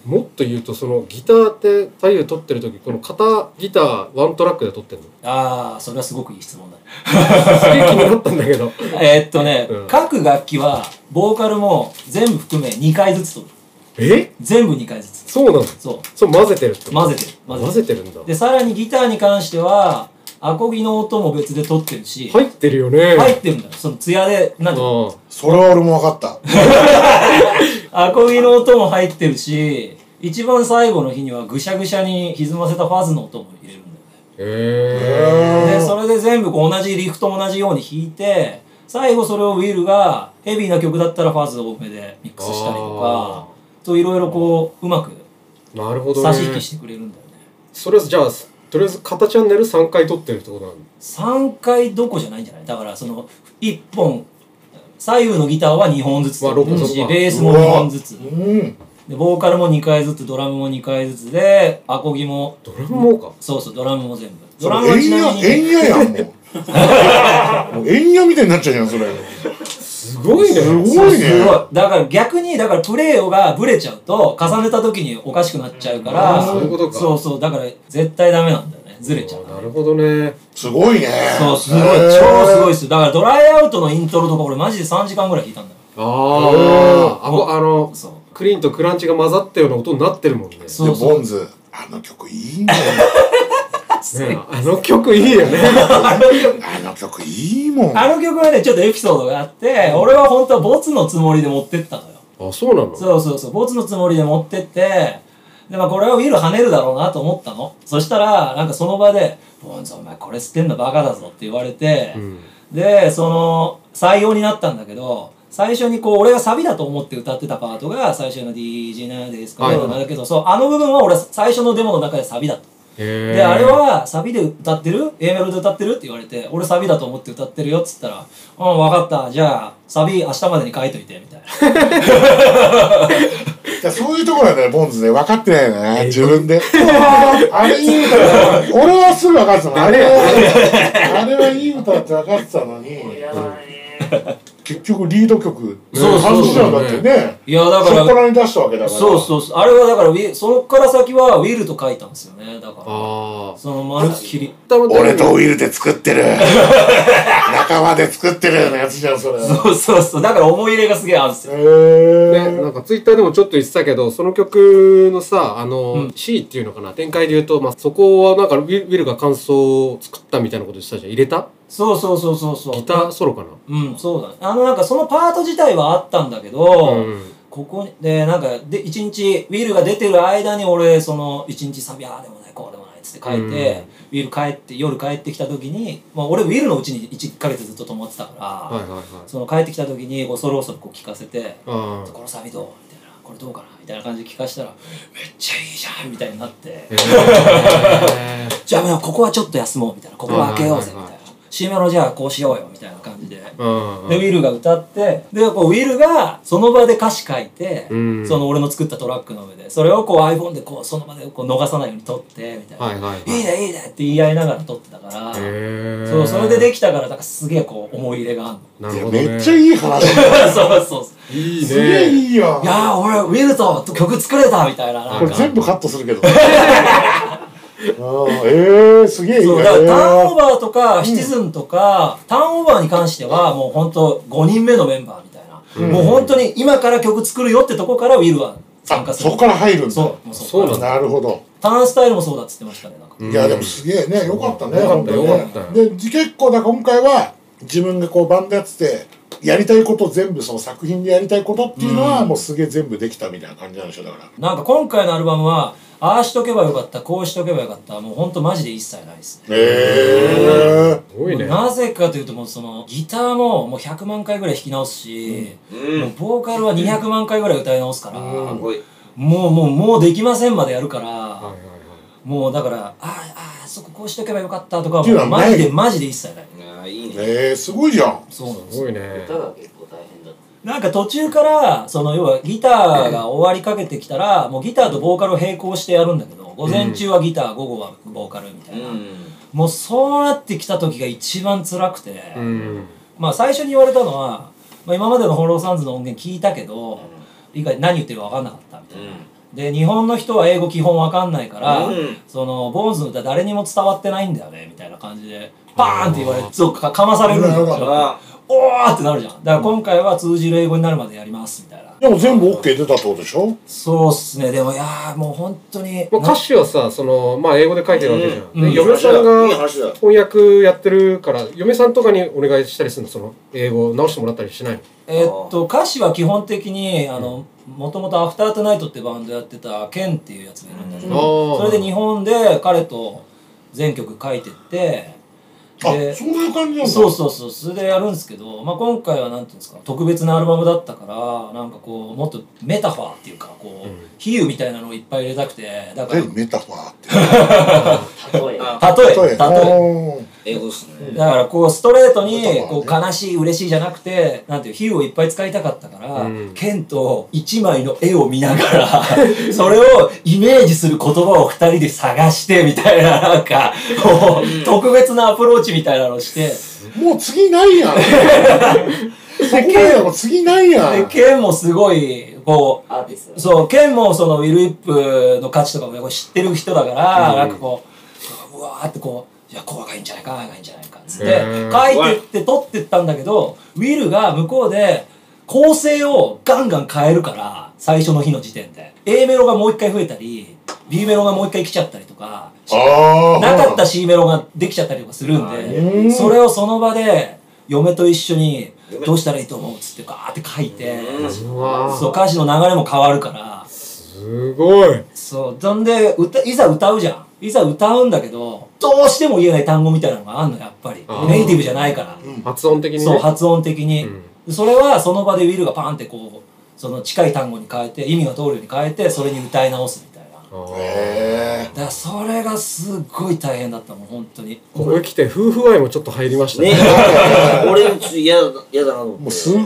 もっと言うとそのギターって左右取ってる時この片ギターワントラックで取ってるの？ ああそれはすごくいい質問だねすげえ気になったんだけど各楽器はボーカルも全部含め2回ずつ取る。全部2回ずつ。 そうなの？そう混ぜてるって。 混ぜてるんだ。でさらにギターに関してはアコギの音も別で取ってるし。 入ってるよね。 入ってるんだよ。そのツヤでなんていうの？ それは俺も分かった。 アコギの音も入ってるし、一番最後の日にはぐしゃぐしゃに歪ませたファズの音も入れるんだよね。でそれで全部同じリフと同じように弾いて、最後それをウィルがヘビーな曲だったらファズ多めでミックスしたりとか。といろいろこううまく差し引きしてくれるんだよね。 それじゃあとりあえず片チャンネル3回撮ってるってことなの ？3回どこじゃないんじゃない？だからその1本左右のギターは2本ずつ撮ってるし、ベースも2本ずつでボーカルも2回ずつ、ドラムも2回ずつでアコギもドラムもか。 そうドラムも全部。ドラムはちなみにやんももう演歌みたいになっちゃうじゃんそれ。 すごいね。 すごいね。 だから逆にプレーがブレちゃうと重ねた時におかしくなっちゃうから、 そういうことか。 そうそう、だから絶対ダメなんだよね、ずれちゃう。 なるほどね。 すごいね。 そう、すごい、超すごいっす。だからドライアウトのイントロとか俺マジで3時間ぐらい弾いたんだよ。 クリーンとクランチが混ざったような音になってるもんね。 そうそう。ボンズ、あの曲いいもん。 あの曲いいよね。 あの曲いいもん。 あの曲はね、ちょっとエピソードがあって、俺は本当はボツのつもりで持ってったのよ。 あ、そうなの？ そうそうそう、ボツのつもりで持ってって、で、これはウィル跳ねるだろうなと思ったの。そしたら、なんかその場で、ボンズお前これ吸ってんのバカだぞって言われて、で、採用になったんだけど、最初に俺がサビだと思って歌ってたパートが最初の DJ なんですかなんだけど、そう、あの部分は俺最初のデモの中でサビだった。で、あれはサビで歌ってる？ A メロで歌ってる？って言われて、俺サビだと思って歌ってるよっつったら、分かった、じゃあサビ明日までに書いといてみたいな。そういうところなんだよ、ボンズね。分かってないよね、自分で。あれいい歌だよ。俺はすぐ分かってたの。あれはいい歌って分かってたのに。結局リード曲外しちゃうんだってね。いやだからそこらに出したわけだから。 そうそうそう。あれはだからそこから先はウィルと書いたんですよね。だからそのまるっきり俺とウィルで作ってる仲間で作ってるようなやつじゃんそれ。 そうそうそう。だから思い入れがすげえあるんですよ。 ね、なんかツイッターでもちょっと言ってたけど、その曲のさC っていうのかな、展開で言うと、そこはなんかウィルが感想を作ったみたいなことしたじゃん。入れた？ そうそうそうそうそう。 ギターソロかな。 そうだね。なんかそのパート自体はあったんだけど、ここでなんか一日ウィルが出てる間に俺その一日サビでもないこうでもないっつって書いて、ウィル夜帰ってきた時に、俺ウィルのうちに1ヶ月ずっと泊まってたから、その帰ってきた時にそろ聞かせて、このサビどうみたいな、これどうかなみたいな感じで聞かしたら、めっちゃいいじゃんみたいになって、じゃあここはちょっと休もうみたいな、ここは開けようぜみたいな。C メロじゃあこうしようよみたいな感じで、でウィルが歌って、でウィルがその場で歌詞書いて、その俺の作ったトラックの上でそれをiPhone でその場で逃さないように撮ってみたいな、いいねいいねって言い合いながら撮ってたから、それでできたから、だからすげえ思い入れがあるの。 なるほどね。めっちゃいい話。 そうそうそう。 いいね。 すげえいいよ。 いや俺ウィルと曲作れたみたいな。 これ全部カットするけど。すげえいいね。 だからターンオーバーとかシチズンとか、ターンオーバーに関してはもう本当5人目のメンバーみたいな、もう本当に今から曲作るよってとこからウィルは参加する。 そこから入るんだ。 そうなんだ。 なるほど。 ターンスタイルもそうだっつってましたね。 いやでもすげえね、よかったね。 よかったよかった。 で結構今回は自分がバンドやっててやりたいこと全部その作品でやりたいことっていうのはもうすげえ全部できたみたいな感じなんでしょ。だからなんか今回のアルバムはああしとけばよかった、こうしとけばよかった、もうほんとマジで一切ないですね。 すごいね。 なぜかというと、もうそのギターも100万回ぐらい弾き直すし、もうボーカルは200万回ぐらい歌い直すから、もうできませんまでやるから、もうだからそここうしとけばよかったとかはマジで一切ない。 いいね。 すごいじゃん。 そうなんです。 すごいね。 歌が結構大変だった。 なんか途中から要はギターが終わりかけてきたら、もうギターとボーカルを並行してやるんだけど、午前中はギター、午後はボーカルみたいな、もうそうなってきた時が一番辛くて、最初に言われたのは、今までのホローサンズの音源聞いたけど、何言ってるか分かんなかったみたいな。で日本の人は英語基本わかんないから、そのボーンズの歌誰にも伝わってないんだよねみたいな感じでパーンって言われてかまされるんだよ。おーってなるじゃん。だから今回は通じる英語になるまでやりますみたいな。 でも全部 OK 出たってことでしょ。 そうっすね。でももう本当に歌詞はさ英語で書いてるわけじゃん。で嫁さんが翻訳やってるから、嫁さんとかにお願いしたりするの？英語直してもらったりしないの？ 歌詞は基本的にもともとアフタートゥナイトってバンドやってたケンっていうやつがいるんだけど、それで日本で彼と全曲書いてって、 そういう感じなんだ。 そうそれでやるんですけど、今回はなんていうんですか、特別なアルバムだったから、なんかもっとメタファーっていうか比喩みたいなのをいっぱい入れたくて、だからメタファーって例え英語っすね。 だからこうストレートにこう悲しい嬉しいじゃなくて、なんていう比喩をいっぱい使いたかったから、剣と一枚の絵を見ながらそれをイメージする言葉を二人で探してみたいな、なんかこう特別なアプローチみたいなのをして、 もう次ないやんそこでも次ないやん。 剣もすごいこうアーティスト。 そう、剣もそのウィル・イップの価値とかも知ってる人だから、なんかこううわーってこう、いやこうがいいんじゃないか、ああがいいんじゃないかっつって書いてって取ってったんだけど、ウィルが向こうで構成をガンガン変えるから、最初の日の時点で A メロがもう一回増えたり B メロがもう一回来ちゃったりとか、なかった C メロができちゃったりとかするんで、それをその場で嫁と一緒にどうしたらいいと思うっつってガーって書いて、そう歌詞の流れも変わるから、 すごい。 そう、そんでいざ歌うじゃん。いざ歌うんだけど、どうしても言えない単語みたいなのがあんの、やっぱりネイティブじゃないから、 発音的にね。 そう、発音的に、それはその場でウィルがパンってこうその近い単語に変えて意味が通るように変えて、それに歌い直すみたいな。だからそれがすっごい大変だったもん、本当に。 ここ来て夫婦愛もちょっと入りましたね。 俺ちょっと嫌だなと思って。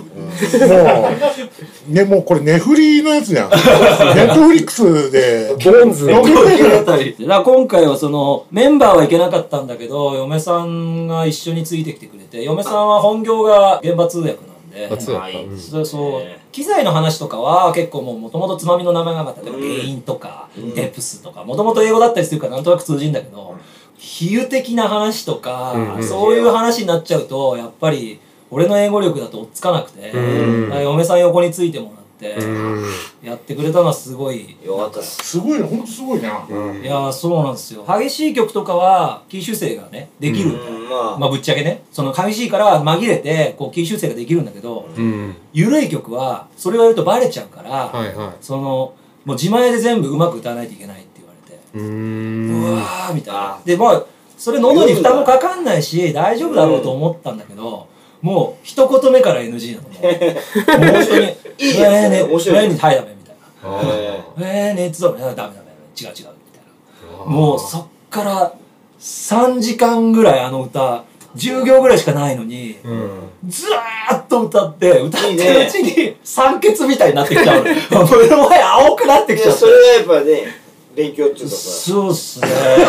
もうこれネフリのやつじゃん。ネットフリックスでボーンズだから今回はそのメンバーはいけなかったんだけど、嫁さんが一緒についてきてくれて、嫁さんは本業が現場通訳なんで、そう機材の話とかは結構もともとつまみの名前が例えばゲインとかデプスとかもともと英語だったりするからなんとなく通じるんだけど、比喩的な話とかそういう話になっちゃうとやっぱり俺の英語力だと追っつかなくて、嫁さん横についてもらってやってくれたのはすごいよかったです。 すごいね、ほんとすごいな。 いやそうなんですよ。激しい曲とかはキー修正がねできる、まあぶっちゃけね、その激しいから紛れてこうキー修正ができるんだけど、緩い曲はそれをやるとバレちゃうから、そのもう自前で全部うまく歌わないといけないって言われて、うわーみたいな。でもうそれ喉に負担もかかんないし大丈夫だろうと思ったんだけど、もう一言目から NG なの。もう本当に「いいやつね、面白いね、はいダメ」みたいな「熱だめダメダメ違う違う」みたいな。もうそっから3時間ぐらいあの歌10行ぐらいしかないのに、ずーっと歌ってるうちに酸欠みたいになってきちゃうの。目の前青くなってきちゃう。 それがやっぱね勉強っていうかさ。 そうっすね。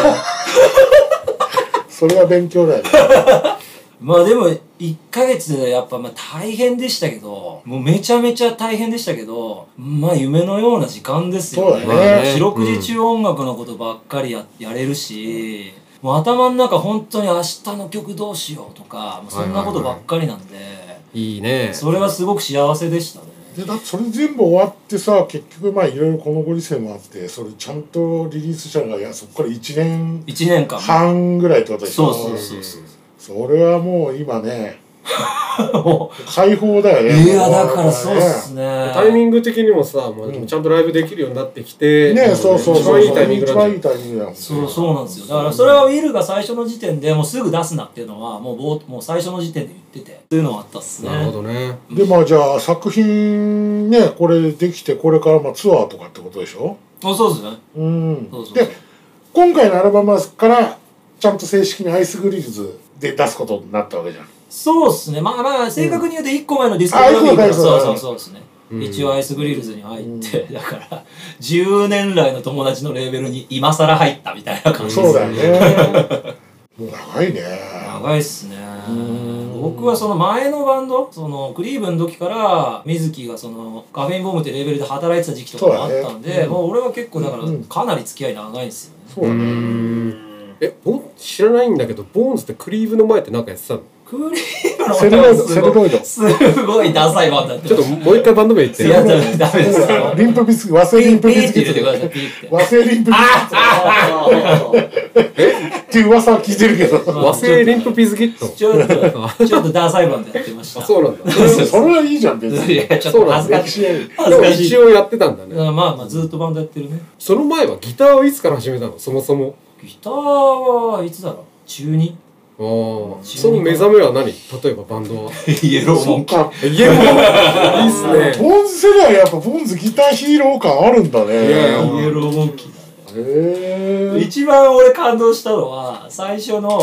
それは勉強だよね。 まあでも1ヶ月でやっぱまあ大変でしたけど、もうめちゃめちゃ大変でしたけど、まあ夢のような時間ですよね。四六時中音楽のことばっかりやれるし、もう頭の中本当に明日の曲どうしようとか、そんなことばっかりなんで、 いいね。 それはすごく幸せでしたね。 でだってそれ全部終わってさ、結局まあいろいろこのご時世もあって、それちゃんとリリースしたのがそこから1年半ぐらいってことでしょ。 そう。 それはもう今ね解放だよね。 いやだからそうっすね。 タイミング的にもさ、もうちゃんとライブできるようになってきてね、そう一番いいタイミングだね。 そうなんですよ。だからそれはウィルが最初の時点でもうすぐ出すなっていうのはもう最初の時点で言っててっていうのはあったっすね。 なるほどね。 でまあじゃあ作品ねこれできてこれからまあツアーとかってことでしょ。 そうですね。 で今回のアルバムからちゃんと正式にアイスグリルズで出すことになったわけじゃん。 そうっすね。まあ正確に言うと1個前のディスコグラフィーからそうですね。一応アイスグリルズに入ってだから10年来の友達のレーベルに今更入ったみたいな感じです。 そうだよね。もう長いね。 長いっすね。僕はその前のバンドそのクリーブの時から水木がそのカフェインボムってレーベルで働いてた時期とかもあったんで、もう俺は結構だからかなり付き合い長いんですよね。 そうだね。 知らないんだけど、ボーンズってクリーブの前って何かやってたの？ クリーブのセルロイドすごいダサいバンドだってちょっともう一回バンド名言って。 いやダメですよ。 リンプビス和製リンプビスケット和製リンプビスケットっていう噂は聞いてるけど、 和製リンプビスケットちょっとダサいバンドやってました。 そうなんだ。 それはいいじゃん別に。 いやちょっと恥ずかしい。 でも一応やってたんだね。 まあずっとバンドやってるね。 その前はギターはいつから始めたの？そもそもギターはいつだろう？中2？ その目覚めは何？例えばバンドはイエローモンキー。 イエローモンキーいいっすね。 ボンズ世代はやっぱボンズギターヒーロー感あるんだね。 イエローモンキーだね。一番俺感動したのは最初の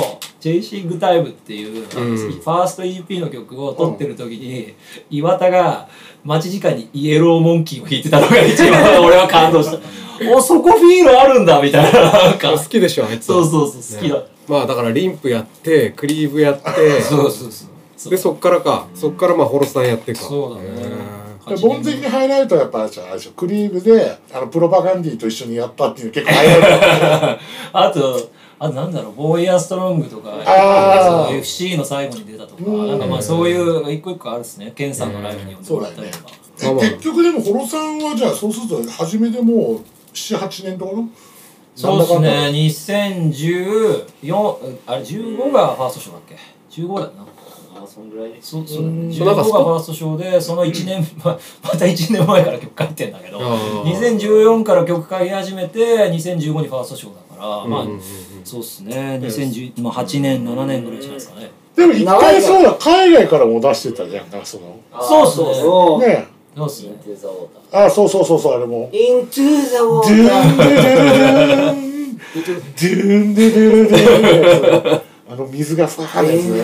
チェイシングタイムっていう、ファースト EP の曲を撮ってる時に、岩田が待ち時間にイエローモンキーを弾いてたのが一番俺は感動した。お、そこフィールあるんだみたいな。なんか好きでしょあいつ。 そうそうそう、好きだ。 まあだからリンプやってクリーブやって、 そうそうそう。 でそっからまあホロスタンやってか。 そうだね。 ボンゼにハイライトはやっぱあれでしょ、クリーブでプロパガンディと一緒にやったっていう結構ハイライト。 あとなんだろう、ボーイヤーストロングとか、FC の最後に出たとか、なんかまあそういう一個一個あるっすね。ケンさんのライブに呼んでもらったりとか。 結局でもホロさんはじゃあそうすると初めでもう7、8年とかの。 そうですね。2014あれ15がファーストショーだっけ？15だよな。 そんぐらいでそう15がファーストショーで、その1年また1年前から曲書いてんだけど、2014から曲書き始めて2015にファーストショーだから、まあそうっすね。2008年7年ぐらいじゃないですかね。 でも一回そうだ、海外からも出してたじゃん。なんかそのそうっすね。 ね。 そうっすね。 あ、そうそうそうそう、あれも。 Into the water。 ドゥンドゥドゥドゥンドゥンドゥドゥドゥン。水がさはですね。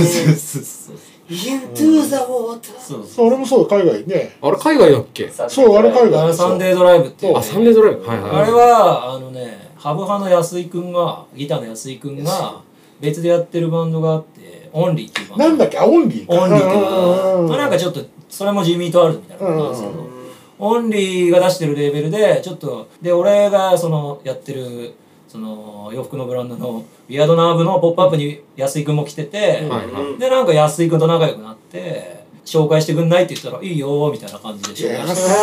Into the water。 そう、俺もそうだ、海外ね。 あれ海外だっけ？ そう、あれ海外。 サンデードライブっていう。 あ、サンデードライブ。はいはい。 あれはハブ派の安井くんが、ギターの安井くんが別でやってるバンドがあって、オンリーっていうバンド。 なんだっけ？オンリー。 オンリーっていうバンド。なんかちょっとそれもジミーとあるみたいな感じなんですけど、オンリーが出してるレーベルでちょっとで俺がやってる洋服のブランドのビアードナーブのポップアップに安井くんも来てて、でなんか安井くんと仲良くなって紹介してくんないって言ったらいいよみたいな感じで紹介して。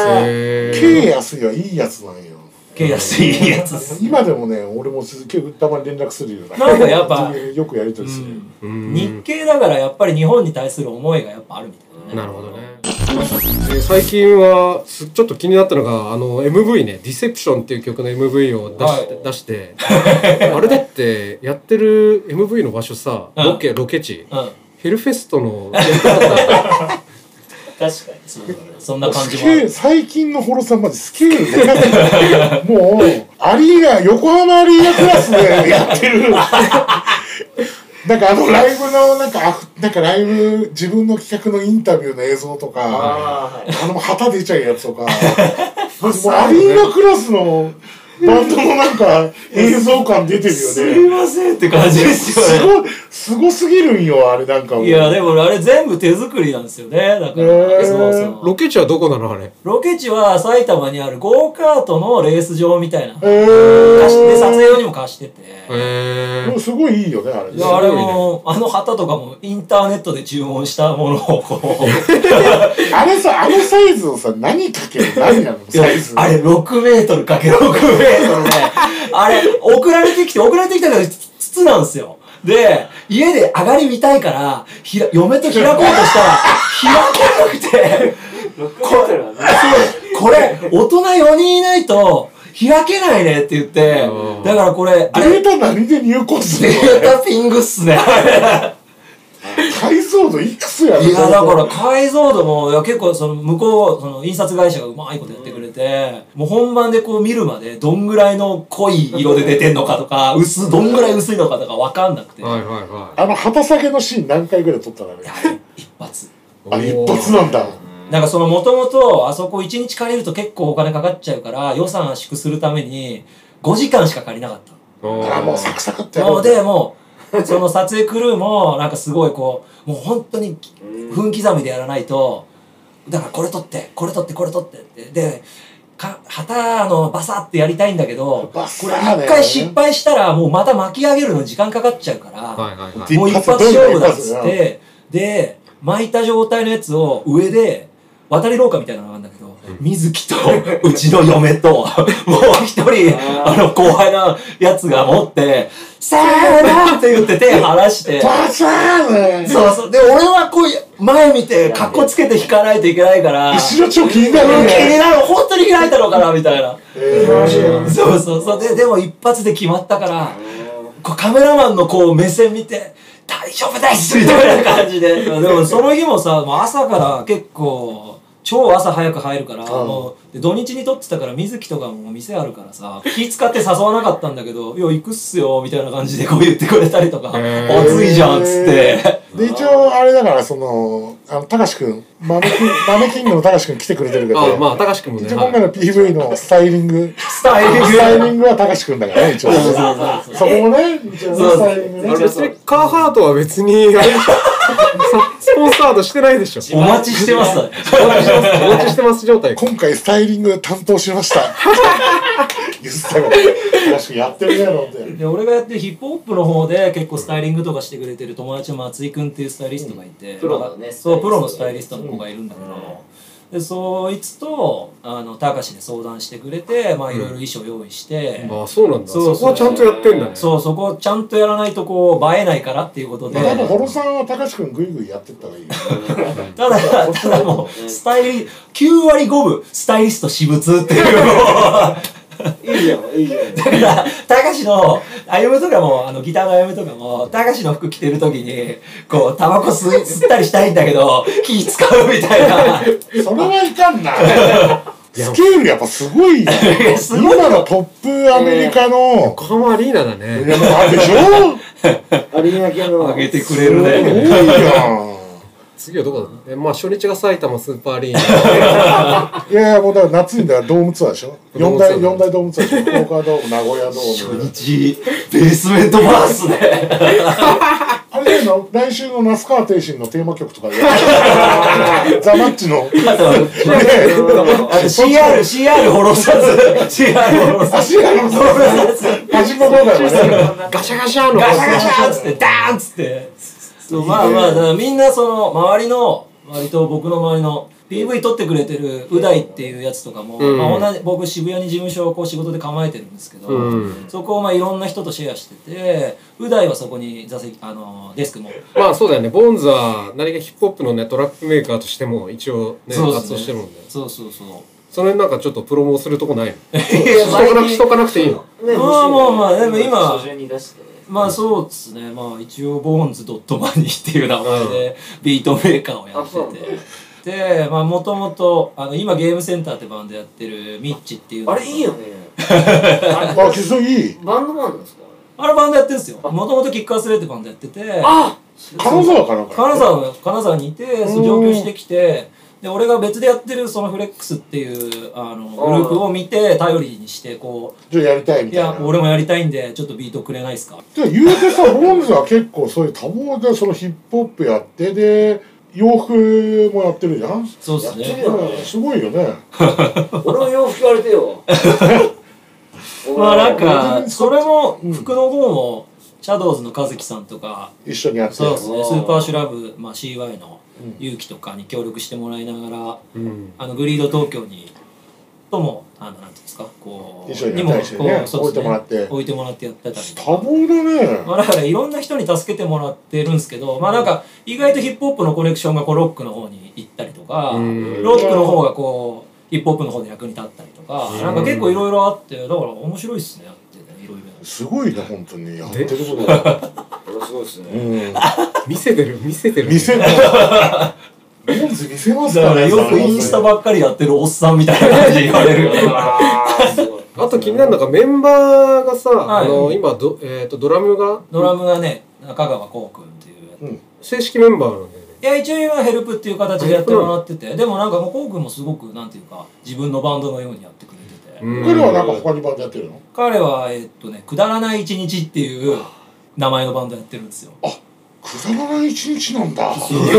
K 安いはいいやつなんよ。 K 安いいやつ。 今でもね、俺も結構たまに連絡するよ。 なんかやっぱよくやりとりする。 日系だからやっぱり日本に対する思いがやっぱあるみたいなね。 なるほどね。最近はちょっと気になったのがMV ね、ディセプションっていう曲の MV を出して、あれだってやってる MV の場所さ、ロケ地、ヘルフェストの確かにそんな感じもある。 最近のホロさんマジスケールでかくて、もう横浜アリーナクラスでやってる。なんかライブのなんかライブ自分の企画のインタビューの映像とか、旗出ちゃうやつとか、もうアリーナクラスのバンドのなんか映像感出てるよね。 すいませんって感じですよね。 すごすぎるんよあれなんか。 いやでもあれ全部手作りなんですよね。だからそうロケ地はどこなのあれ？ ロケ地は埼玉にあるゴーカートのレース場みたいな。で撮影用にも貸してて。 すごいいいよねあれ。 いやあれも旗とかもインターネットで注文したものをこう。 あれさサイズをさ何かける何なのサイズ？ あれ6メートルかけ6メートルで、あれ送られてきたのが筒なんですよ。で、家で上がり見たいから、嫁と開こうとしたら、開けなくて、これ、大人4人いないと、開けないねって言って、だからこれ、 データ何で入稿するの？ データピングっすね。 解像度いくつやる？ いやだから解像度も結構向こう印刷会社がうまいことやってくれて、もう本番でこう見るまでどんぐらいの濃い色で出てんのかとかどんぐらい薄いのかとか分かんなくて、 旗下げのシーン何回ぐらい撮ったの？ 一発。 一発なんだ。 なんかもともとあそこ1日借りると結構お金かかっちゃうから予算圧縮するために5時間しか借りなかった。 もうサクサクってやる。でもその撮影クルーもなんかすごいもう本当に分刻みでやらないと、だからこれ撮ってってで旗バサッてやりたいんだけど、これ一回失敗したらもうまた巻き上げるのに時間かかっちゃうから、もう一発勝負だっつって、で巻いた状態のやつを上で渡り廊下みたいなのがあるんだけど、水木とうちの嫁ともう一人後輩のやつが持ってさーなーって言って手離してバサーン。 そうで俺はこう前見てカッコつけて弾かないといけないから、 後ろ超気になるね。 気になる、本当に開いたのかなみたいな。そうでも一発で決まったから、カメラマンの目線見て大丈夫ですみたいな感じで。でもその日もさ、朝から結構超朝早く入るからもうで土日に撮ってたから水木とかも店あるからさ気使って誘わなかったんだけど「いや行くっすよ」みたいな感じでこう言ってくれたりとか「暑いじゃん」っつって。 で一応あれだからたかしくん豆キングのたかしくん来てくれてるけどまあたかしくんもね一応今回の PV のスタイリングはたかしくんだからね一応そこもね一応スタイリングね別にカーハートは別にあれでしょスポンサードしてないでしょお待ちしてますお待ちしてます状態今回スタイリング担当しました言ってたから確かにやってるねのってで俺がやってるヒップホップの方で結構スタイリングとかしてくれてる友達の松井くんっていうスタイリストがいて、 プロのねそうプロのスタイリストの子がいるんだけど、でそいつとたかしで相談してくれてまあいろいろ衣装用意して、 ああそうなんだそこはちゃんとやってんだねそうそこちゃんとやらないとこう映えないからっていうことで多分ホロさんはたかしくんグイグイやってったらいいよただもうスタイリ9割5分スタイリスト私物っていういいじゃんいいじゃんだからたかしの歩とかもギターの歩とかもたかしの服着てる時にこうタバコ吸ったりしたいんだけど気使うみたいなそれはいかんなスケールやっぱすごいよ今のトップアメリカの横浜アリーナだねいやあれでしょアリーナ系の上げてくれるねすごいやん次はどこだまあ初日が埼玉スーパーアリーナいやいやもうだから夏にだからドームツアーでしょ4大ドームツアーでしょ福岡ドーム名古屋ドーム初日ベースメントバースねあれの来週の那須川天心のテーマ曲とかでザ・マッチのあと CR ホロさず CR ホロさず端っこ動画でねガシャガシャのガシャガシャっつってダーンっつってそうまあだからみんなその周りの割と僕の周りの PV 撮ってくれてるう大っていうやつとかも、まあ、僕渋谷に事務所をこう仕事で構えてるんですけど、そこをまあいろんな人とシェアしててう大はそこに座席デスクもまあそうだよねボーンズは何かヒップホップのねトラックメーカーとしても一応ね活動してるもんねそうそれなんかちょっとプロモするとこないのしいやとかなくていいのまあでも今初旬に出してまあそうですねまあ一応ボーンズドットマニーっていう名前でビートメーカーをやっててでまあもともと今ゲームセンターってバンドやってるミッチっていうあれいいよねあ実際いいバンドマンなんですかあれバンドやってるんですよもともとキッカースレってバンドやっててあ金沢かなんか金沢にいて上京してきてで俺が別でやってるそのフレックスっていうグループを見て頼りにしてこうじゃあやりたいみたいなや俺もやりたいんでちょっとビートくれないですかじゃあ言うてさボーンズは結構そういう多忙でそのヒップホップやってで洋服もやってるじゃんそうですねすごいよね俺も洋服言われてよまあなんかそれも服の方もシャドウズの和樹さんとか一緒にやってそうですねスーパーシュラブ、まあ、CY の勇気とかに協力してもらいながら、グリード東京にともなんていうんですかこう一緒にやったりしてね置いてもらって置いてもらってやってたりとか多忙だねまあだからいろんな人に助けてもらってるんですけどまあなんか意外とヒップホップのコネクションがこうロックの方に行ったりとかロックの方がこうヒップホップの方で役に立ったりとかなんか結構いろいろあってだから面白いっすねやってねいろいろすごいね本当にやってることがこれすごいですね見せてる見せてるボンズ見せますだかからねよくインスタばっかりやってるおっさんみたいな感じで言われるあと気になるのがメンバーがさ今ドラムがね中川こうくんっていう正式メンバーなんだよねいや一応今ヘルプっていう形でやってもらっててでもなんかもうこうくんもすごくなんていうか自分のバンドのようにやってくれてて彼はなんか他にバンドやってるの彼はくだらない一日っていう名前のバンドやってるんですよくだらない一日なんだおい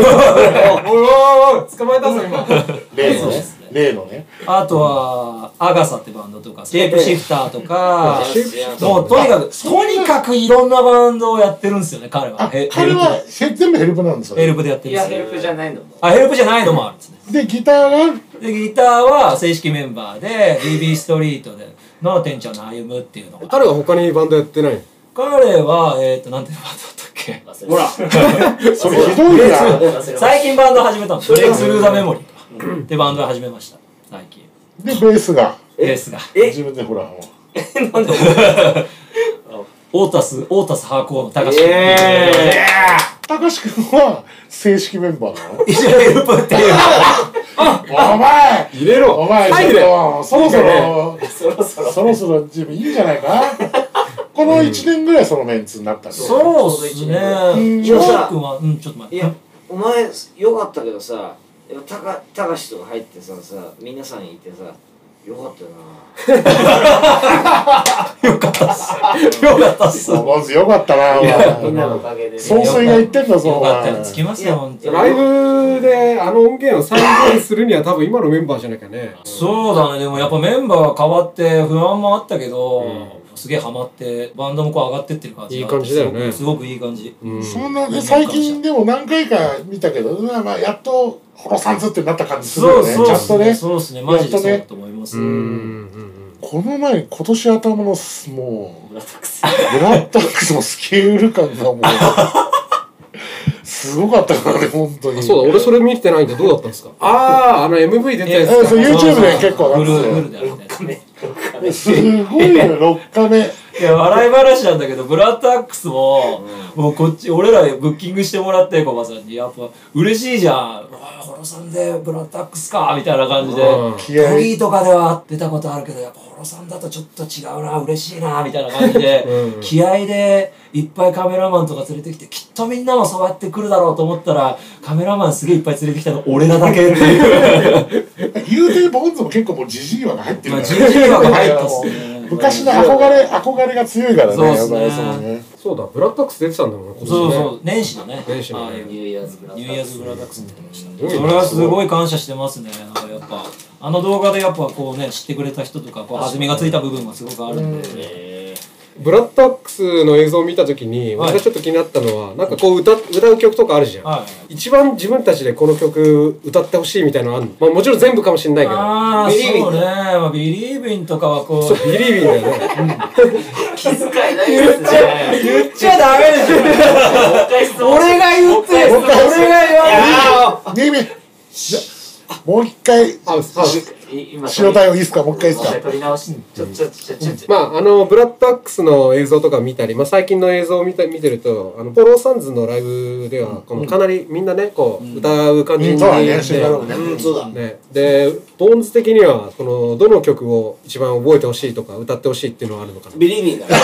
捕まえたぞ今例のねあとはアガサってバンドとかステープシフターとかもうとにかくいろんなバンドをやってるんですよね彼は彼は全部ヘルプなんですよヘルプでやってるんですよヘルプじゃないのヘルプじゃないのもあるんですねでギターは正式メンバーで BB ストリートでの店長の歩むっていうのが彼は他にバンドやってない彼はなんていうバンドだったっけほらそれひどいな最近バンド始めたのブレイクスルーザメモリーってバンドを始めました最近でベースが自分でほらなんでオータスハーコーの高橋高橋君は正式メンバーなの一緒にヘルプっていうお前入れろ。 お前ちょっとそろそろ準備いいんじゃないかこの1年ぐらいそのメンツになったんでそうですね。翔くんはちょっと待って。 いやお前よかったけどさ、たかしとか入ってさ皆さんいてさよかったよな。よかったっす。よかったっす。 まずよかったな。 みんなのおかげで。 総帥が言ってんだぞ。 よかったにつきますよ本当に。 ライブであの音源を再現するには多分今のメンバーじゃなきゃね。 そうだね。でもやっぱメンバーが変わって不安もあったけど、すげえハマってバンドもこう上がってってる感じ。 いい感じだよね。 すごくいい感じ。 そんな最近でも何回か見たけど、まあやっとホロサンズってなった感じするよね。ちゃんとね。 そうですね。マジでそうだと思います。 この前に今年頭のもうブラッタックスのスケール感がもうすごかったからね本当に。 そうだ、俺それ見てないんでどうだったんですか。あの MV 出たやつ。 YouTube で結構なってすごいよ6日目。 いや笑い話なんだけどブラッドアックスももうこっち俺らブッキングしてもらってコバさんにやっぱ嬉しいじゃん。ホロさんでブラッドアックスかみたいな感じでトリーとかでは出たことあるけどやっぱホロさんだとちょっと違うな嬉しいなみたいな感じで気合でいっぱいカメラマンとか連れてきてきっとみんなもそうやって来るだろうと思ったらカメラマンすげえいっぱい連れてきたの俺らだけっていう言うてボンズも結構もうジジイ話が入ってるからジジイ話が入ったっすね。 昔の憧れが強いからね。 そうですね。 そうだ、ブラッドアックス出てたんだもんね。 そう年始のね。 年始のね。 ニューイヤーズブラッドアックス出てました。それはすごい感謝してますね。なんかやっぱあの動画でやっぱこうね知ってくれた人とかこう弾みがついた部分がすごくあるんで。 ブラッドアックスの映像を見たときに俺がちょっと気になったのはなんかこう歌う曲とかあるじゃん。一番自分たちでこの曲歌ってほしいみたいなのあるの。まあもちろん全部かもしれないけど。 ああそうね。ビリービンとかはこう。 そうビリービンだよね。 気遣いないですね。 言っちゃダメでしょ。俺が言って俺が言わない。 もう一回白タイをいいですか。もう一回いいですか。 取り直しまあブラッドアックスの映像とか見たり、まあ最近の映像を見てるとポローサンズのライブではこのかなりみんなねこう歌う感じになってね。でボーンズ的にはこのどの曲を一番覚えてほしいとか歌ってほしいっていうのはあるのかな。 ビリービーだ。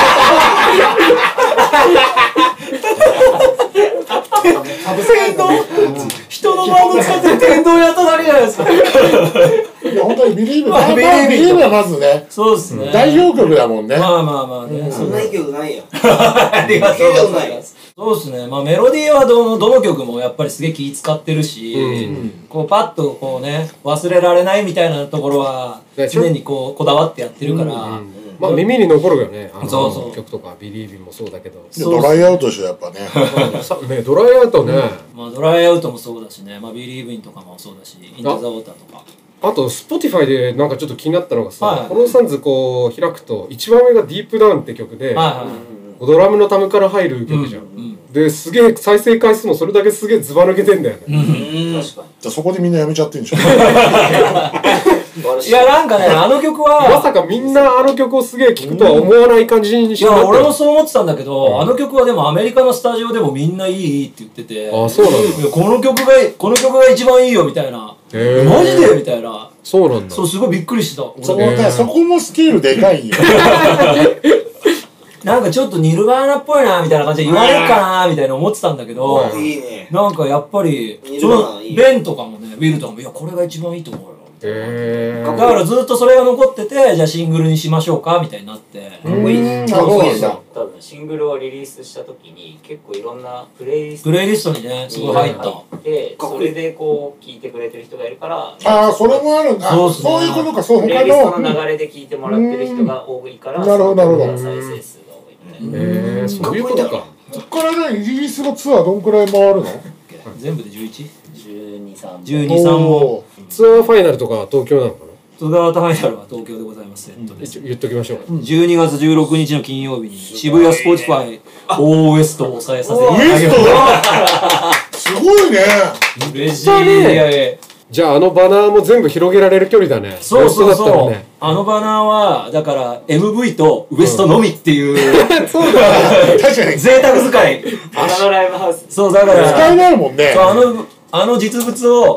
天童人のバンド使ってる天童やっただけじゃないですか。 いや本当にビリーブはまずね。 そうですね。 代表曲だもんね。 まあね。 そんないい曲ないよ。 ありがとうございます。そうですね。まあメロディーはどの曲もやっぱりすげえ気使ってるし、こうパッとこうね忘れられないみたいなところは常にこうこだわってやってるから。 まあ耳に残るよね。そう曲とかビリービーもそうだけど。 ドライアウトでしょやっぱね。 ねドライアウトね。 まあドライアウトもそうだしね。まあビリービーとかもそうだし、イントザウォーターとか。 あと Spotify でなんかちょっと気になったのがさ、ホローサンズこう開くと一番上がディープダウンって曲で、ドラムのタムから入る曲じゃん。ですげえ再生回数もそれだけすげえズバ抜けてんだよね。 確かに。 じゃあそこでみんなやめちゃってんでしょ。 いやなんかねあの曲はまさかみんなあの曲をすげえ聴くとは思わない感じにしていや俺もそう思ってたんだけど、あの曲はでもアメリカのスタジオでもみんないいって言ってて、 あそうなんだ。 この曲が一番いいよみたいな。マジでみたいな。 そうなんだ。 そうすごいびっくりした。 そこもスケールでかいよ。 なんかちょっとニルバーナっぽいなみたいな感じで言われるかなみたいな思ってたんだけど、なんかやっぱりベンとかもねウィルとかもいやこれが一番いいと思うよ。だからずっとそれが残っててじゃあシングルにしましょうかみたいになって。 かっこいいね。 多分シングルをリリースした時に結構いろんなプレイリストにねすごい入ったでそれでこう聴いてくれてる人がいるから、 ああそれもあるんだ。そういうことか。そうプレイリストの流れで聴いてもらってる人が多いからなるほど再生数が多いみたいな。 そういうことか。 そっからねイギリスのツアーどんくらい回るの？ 全部で 11？ 12,3 本。 ツアーファイナルとかは東京なのかな。 ツアーファイナルは東京でございます。 言っときましょう。 12月16日の金曜日に渋谷スポーツファイオーウエストを抑えさせていただきます。 すごいね。 嬉しい。 じゃあバナーも全部広げられる距離だね。 そう。あのバナーはだから MV とウエストのみっていう。 そうだ。 確かに。 贅沢使い。 あのライブハウス。 そうだから。 使えないもんね。 あの実物を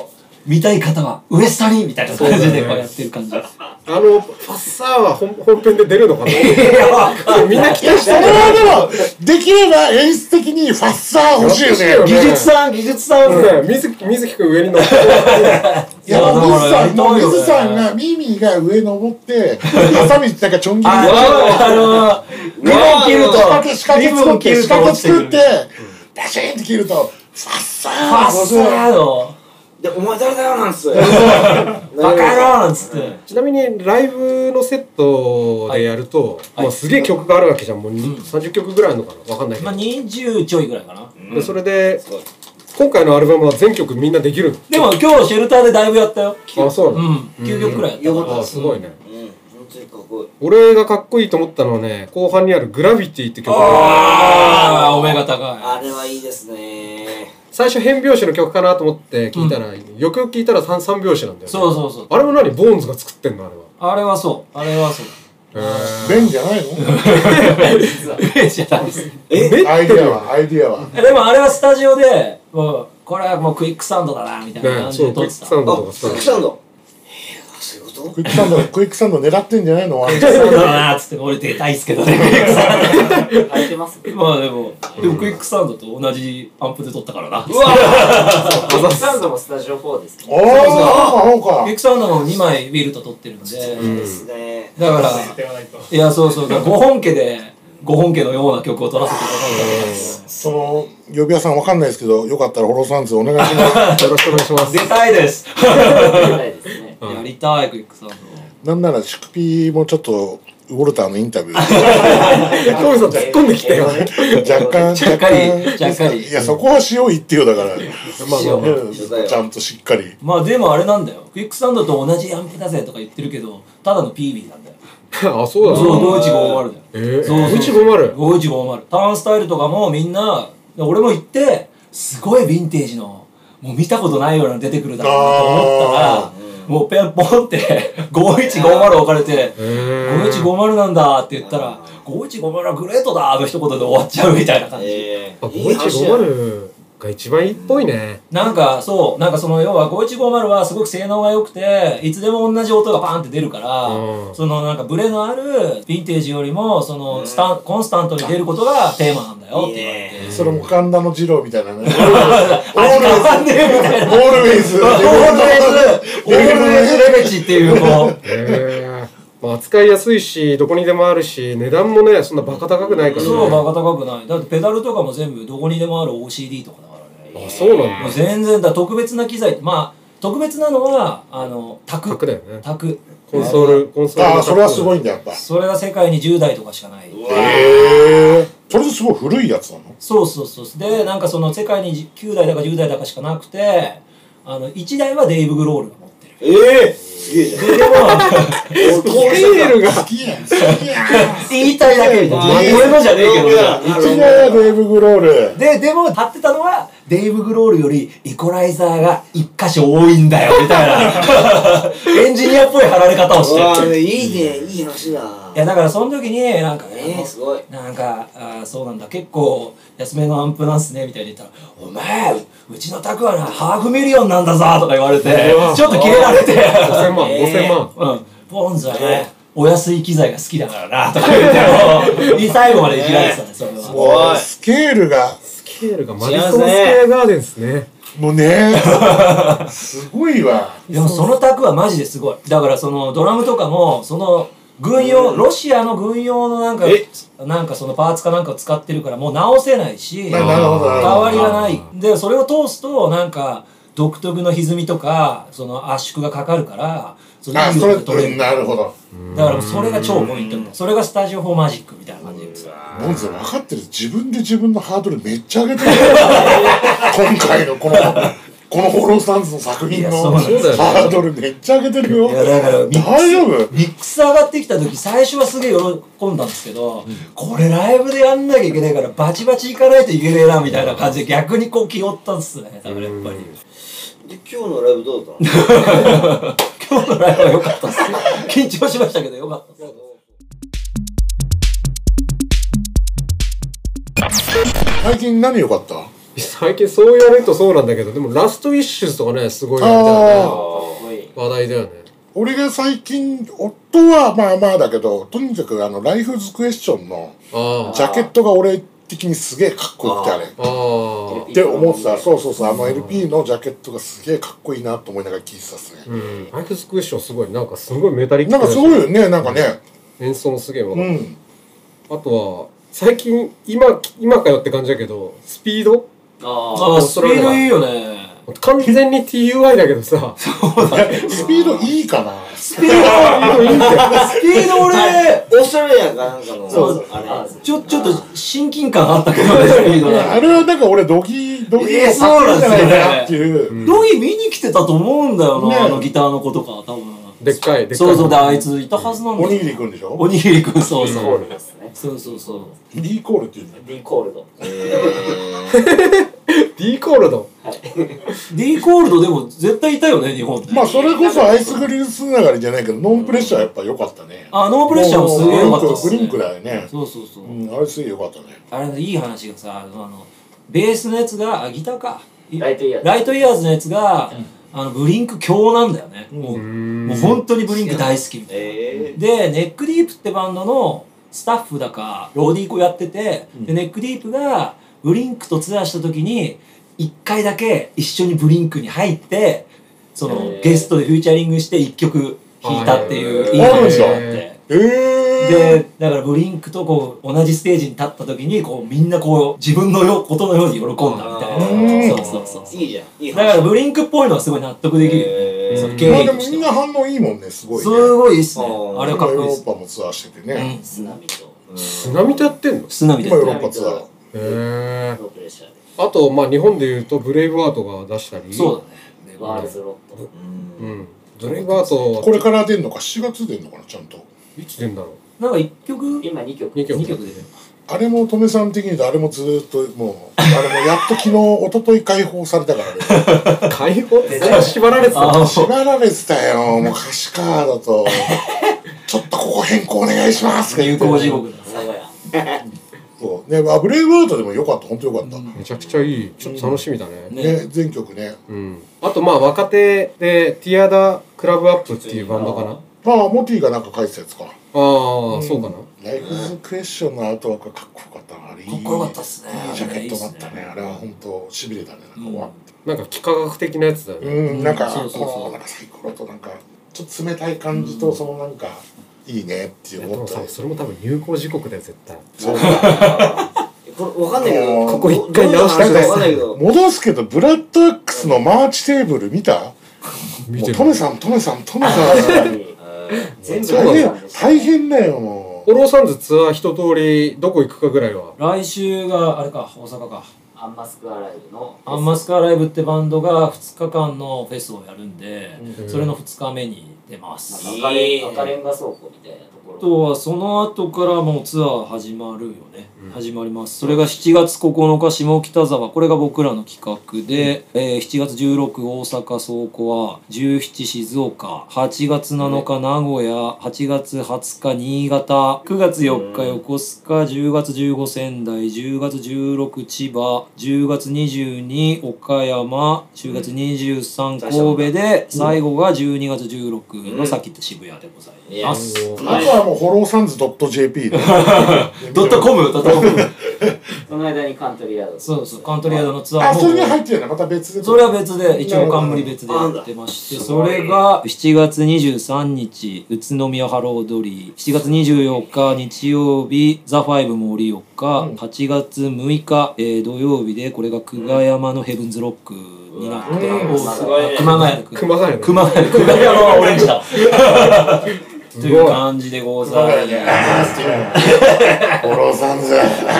見たい方はウエストにみたいな感じでこうやってる感じ。 ファッサーは本編で出るのかな。みんな期待してる。 それはでもできれば演出的にファッサー欲しいよね。 技術さん水木くん上に乗って。 いや水さんがミミが上登ってハサミなんかちょん切りでリボン切ると仕掛け作ってバシーンって切るとファッサーよで、お前誰だよなんつって。 バカ野郎なんつって。 ちなみにライブのセットでやると、まあすげえ曲があるわけじゃん。もう30曲ぐらいあるのかな、わかんないけど。 まあ20ちょいぐらいかな。 でそれで今回のアルバムは全曲みんなできる。 でも今日シェルターでだいぶやったよ。 あ、そうなの。 9曲くらいやった。 あ、すごいね。 本当にかっこいい。 俺がかっこいいと思ったのはね、後半にあるグラビティって曲。 ああ、お目が高い。 あれはいいですね。 最初変拍子の曲かなと思って聞いたら、よくよく聞いたら三拍子なんだよね。 そうあれも何ボーンズが作ってんのあれは。 あれはそう。 ベンじゃないの？ ベンじゃないです。 アイディアは。 でもあれはスタジオで、もうこれはもうクイックサンドだなみたいな感じで撮ってた。 クイックサンドとかクイックサンド。そういうこと？ クイックサンド狙ってんじゃないの？ クイックサンドだなっつって俺出たいっすけどね。クイックサンド。 空いてますね。 まあでもクイックサンドと同じアンプで撮ったからな。 うわクイックサンドもスタジオ4ですね。 おー、そうか。 クイックサンドも2枚ウィルと撮ってるんで。 いいですね。 だからいやそう5本家で5本家のような曲を撮らせていただいたんで。 その呼び屋さんわかんないですけど、よかったらホロサンズお願いします。 よろしくお願いします。 出たいです。やりたいクイックサンド。 なんならシクピーもちょっとウォルターのインタビュートミさん突っ込んできたよ。 若干ちゃっかりいやそこは塩いってよだからまちゃんとしっかり。 まあでもあれなんだよ、クイックサンドと同じアンプだぜとか言ってるけど、ただの PB なんだよ。 あ、そうだそう5150だよ。そう 5150。 5150ターンスタイルとかもみんな、俺も行ってすごいヴィンテージのもう見たことないようなの出てくるだろうなと思ったら、もうペンポンって5150置かれて5150なんだって言ったら5150はグレートだの一言で終わっちゃうみたいな感じ。 5150が一番いいっぽいね。 なんかそう、なんかその要は5150はすごく性能が良くていつでも同じ音がパーンって出るから、そのなんかブレのあるヴィンテージよりもそのコンスタントに出ることがテーマなんだよって言われて、 それも神田の二郎みたいなね。 味変わんねえみたいな。 オールウェイズレベチっていうこう。 まあ扱いやすいしどこにでもあるし値段もねそんなバカ高くないからね。 そうバカ高くない。だってペダルとかも全部どこにでもある OCD とかだからね。 あ、そうなんだ。 全然だ特別な機材、まあ特別なのはタクだよね。 タクコンソールああそれはすごいんだやっぱ。 それが世界に10台とかしかない。 それですごい古いやつなの？ そうでなんかその世界に9台だか10台だかしかなくて1台はデイブ・グロールが持ってる。 すげえじゃん。 でもスケールが好きやん言いたいだけみたいな。俺のじゃねえけどさ。 一台はデイブ・グロールでも貼ってたのはデイブ・グロールよりイコライザーが1箇所多いんだよみたいなエンジニアっぽい貼られ方をしてる。 いいね、いい話だ。 いやだからその時になんかね、 すごい。 なんかそうなんだ結構安めのアンプなんすねみたいに言ったら「お前うちのタクはなハーフミリオンなんだぞ」とか言われてちょっとキレられて 5000万ボンズはねお安い機材が好きだからなとか言って最後までいじられてたね。それはスケールがマディソンスクエアガーデンですね。 もうねすごいわ。 でもそのタクはマジですごい。だからそのドラムとかもその軍用ロシアの軍用のなんかそのパーツかなんかを使ってるからもう直せないし代わりがないで、それを通すとなんか独特の歪みとかその圧縮がかかるからそのいい音が取れる。 なるほど。 だからそれが超ポイントみたいな。それがスタジオ4マジックみたいな感じでボンズ分かってる。自分で自分のハードルめっちゃ上げてる今回のこのホロサンズの作品のハードルめっちゃ上げてるよ。 いやだから大丈夫？ ミックス上がってきた時最初はすげえ喜んだんですけど、これライブでやんなきゃいけないからバチバチいかないといけねえなみたいな感じで逆にこう気負ったんですね。だからやっぱりで今日のライブどうだったの？ 今日のライブは良かったっす。緊張しましたけど良かったっす。 最近何良かった？ 最近そう言われるとそうなんだけど、でもラストウィッシュズとかねすごいあれだよね、話題だよね。 俺が最近夫はまあまあだけど、とにかくライフズクエスチョンのジャケットが俺的にすげえかっこよくて、あれって思ってた。そう、LP のジャケットがすげえかっこいいなと思いながら聴いてたっすね。 ライフズクエスチョンすごい、なんかすごいメタリックなんかすごいよね、なんかね演奏もすげえもの、あとは最近今かよって感じだけど、スピード、 スピードいいよね。 完全に TUI だけどさ、 スピードいいかな。 スピードいいんだよ。スピード俺オーストラリアかなんかのあれちょっと親近感あったけどね、スピードね。 あれはなんか俺ドギのそうなんですよねっていう。 ドギ見に来てたと思うんだよな、あのギターの子とか多分。 でっかいそうであいついたはずなんだよ。 おにぎりくんでしょ。 おにぎりくん、そうそう。 コールですね。 そう。 D コールっていうの。 D コールド。 D コールド。 D コールドでも絶対いたよね、日本で。 まあそれこそアイスグリルつながりじゃないけど、ノンプレッシャーやっぱ良かったね。 ノンプレッシャーもすげえ良かったっすね。 ブリンクだよね。 そう。 あれすげえ良かったね。 あれいい話がさ、ベースのやつがギターか。 ライトイヤーズ。 ライトイヤーズのやつがブリンク強なんだよね。もう本当にブリンク大好きみたいな。で、ネックディープってバンドのスタッフだかローディーコやってて、でネックディープがブリンクとツアーした時に1回だけ一緒にブリンクに入ってそのゲストでフューチャリングして1曲弾いたっていういい話があって、でだからブリンクとこう同じステージに立った時にこうみんなこう自分のことのように喜んだみたいな。そういいじゃん、いい話だからブリンクっぽいのはすごい納得できるよね。その経まあでも緯としてみんな反応いいもんね、すごいね。 すごいいいっすね。あれはかっこいいっす。 ヨーロッパもツアーしててね。 津波と。 津波とやってんの？ 津波で今ヨーロッパツアー。 へえ。 ノープレッシャーで。 あとまあ日本でいうとブレイブアートが出したり。 そうだね。 ワールズロット。 ブレイブアートこれから出んのか、7月出んのかな、ちゃんと。 いつ出んだろなんか1曲今2曲。 2曲出てる。 あれもトメさん的に言うとあれもずーっともうあれもやっと昨日一昨日解放されたからね。 う。解放って縛られてた。 縛られてたよ、もう歌詞カードとちょっとここ変更お願いしますとか言有って効地獄だ。 そうね、ブレイブアウトでもよかった、本当よかった、 めちゃくちゃいい。ちょっと楽しみだね。 ね、全曲ね。 あとまあ若手でティアダクラブアップっていうバンドかな。 まあモティがなんか書いてたやつか。 ああ、そうかな。 ライフズクエスチョンのアートワークがかっこよかったな。あれいい、 かっこよかったっすね。 いいジャケットだったね。あれは本当しびれたね。なんかわなんか幾何学的なやつだよね。 なんかそうこのなんかサイコロとなんかちょっと冷たい感じとそのなんかいいねってでも思ったさ、それも多分入校時刻だよ絶対。 そうだこれわかんないけど、 ここ一回直してどういう話かわかんないけど、 戻すけど、ブラッドアックスのマーチテーブル見た？ 見てる。 トメさん全部大変だよもフォローサンズツアー一通りどこ行くかぐらいは。 来週があれか、大阪か。 アンマスクアライブのアンマスカーライブってバンドが2日間のフェスをやるんで、それの2日目に出ます。 赤レンガ倉庫みたいなところ。 あとはその後からもうツアー始まるよね。始まります。それが7月9日下北沢、これが僕らの企画で、7月16大阪倉庫は、17静岡、8月7日名古屋、8月20日新潟、9月4日横須賀、10月15仙台、10月16千葉、10月22岡山、10月23神戸で、最後が12月16のさっき言った渋谷でございます。 う。あとはもうフォローサンズ .jp で .com その間にカントリーヤード。 そうカントリーヤードのツアーもそれに入ってるのまた別で。 それは別で一応冠別でやってまして、それが7月23日宇都宮ハロードリー、7月24日日曜日ザ・ファイブ盛岡、8月6日、土曜日でこれが久我山のヘブンズロックになって、熊谷はオレンジだという感じでございます。 フォローサンズ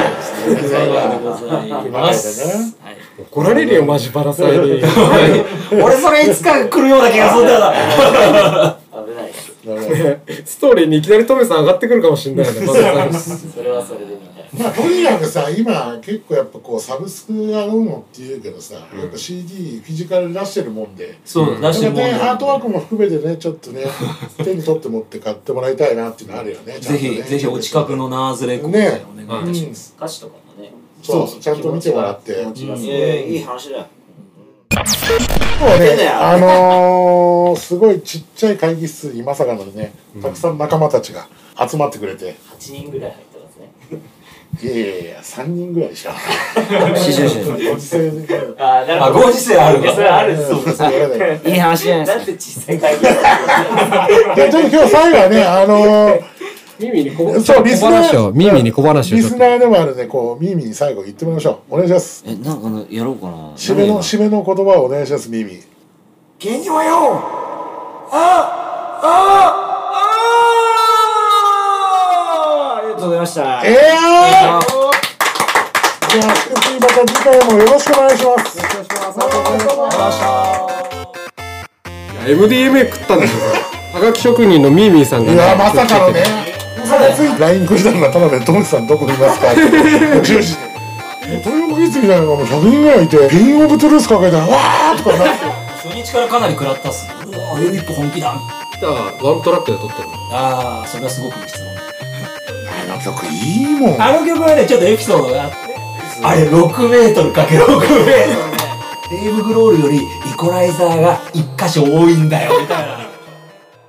怒られるよマジバラサイに。 俺それいつか来るような気がするんだよな。 危ないです。 ストーリーにいきなりトメさん上がってくるかもしれないよね。 それはそれでみたいな。 まあとにかくさ、今結構やっぱこうサブスクがどうのって言うけどさ、やっぱ CD フィジカルで出してるもんで、 そう出してるもんね、アートワークも含めてね、ちょっとね手に取って持って買ってもらいたいなっていうのあるよね。 ぜひお近くのナーズレコードでお願いいたします。 歌詞とかもね、 そうちゃんと見てもらって。 いい話だよ。 そうね、すごいちっちゃい会議室にまさかのね、たくさん仲間たちが集まってくれて。 8人ぐらい入ってますね。 いや3人ぐらいしか。 ご時世で。 あ、ご時世あるか。 それある。そう。 いい話じゃないですか。 なんて小さい会議室。 で、ちょっと今日最後はね、 耳にそう、リスナー、 耳に小話をリスナーでもあるね、こう、耳に最後言ってみましょう。お願いします。 なんかやろうかな。 締めの言葉をお願いします、耳。 現状はよ、ありがとうございました。じゃあ、 また次回もよろしくお願いします。 よろしくお願いします。ありがとうございました。MDMA 食ったんですよ。はがき職人のミーミーさんが、 いや、まさかのね。つい LINE くれたのが、ただでトムさんどこにいますかって。10時で。トヨモキッズみたいなのがもう100人ぐらいいて、ピンオブトゥルース抱えたら、わーとかなって。 初日からかなり食らったっす。うわ、エリック本気だ。 じゃあ、ワントラックで撮ってるの。 ああ、それはすごくいい質問。 あの曲いいもん。 あの曲はね、ちょっとエピソードがあって、あれ6メートルかけ6メートルね。デーブ・グロールよりイコライザーが1箇所多いんだよみたいな。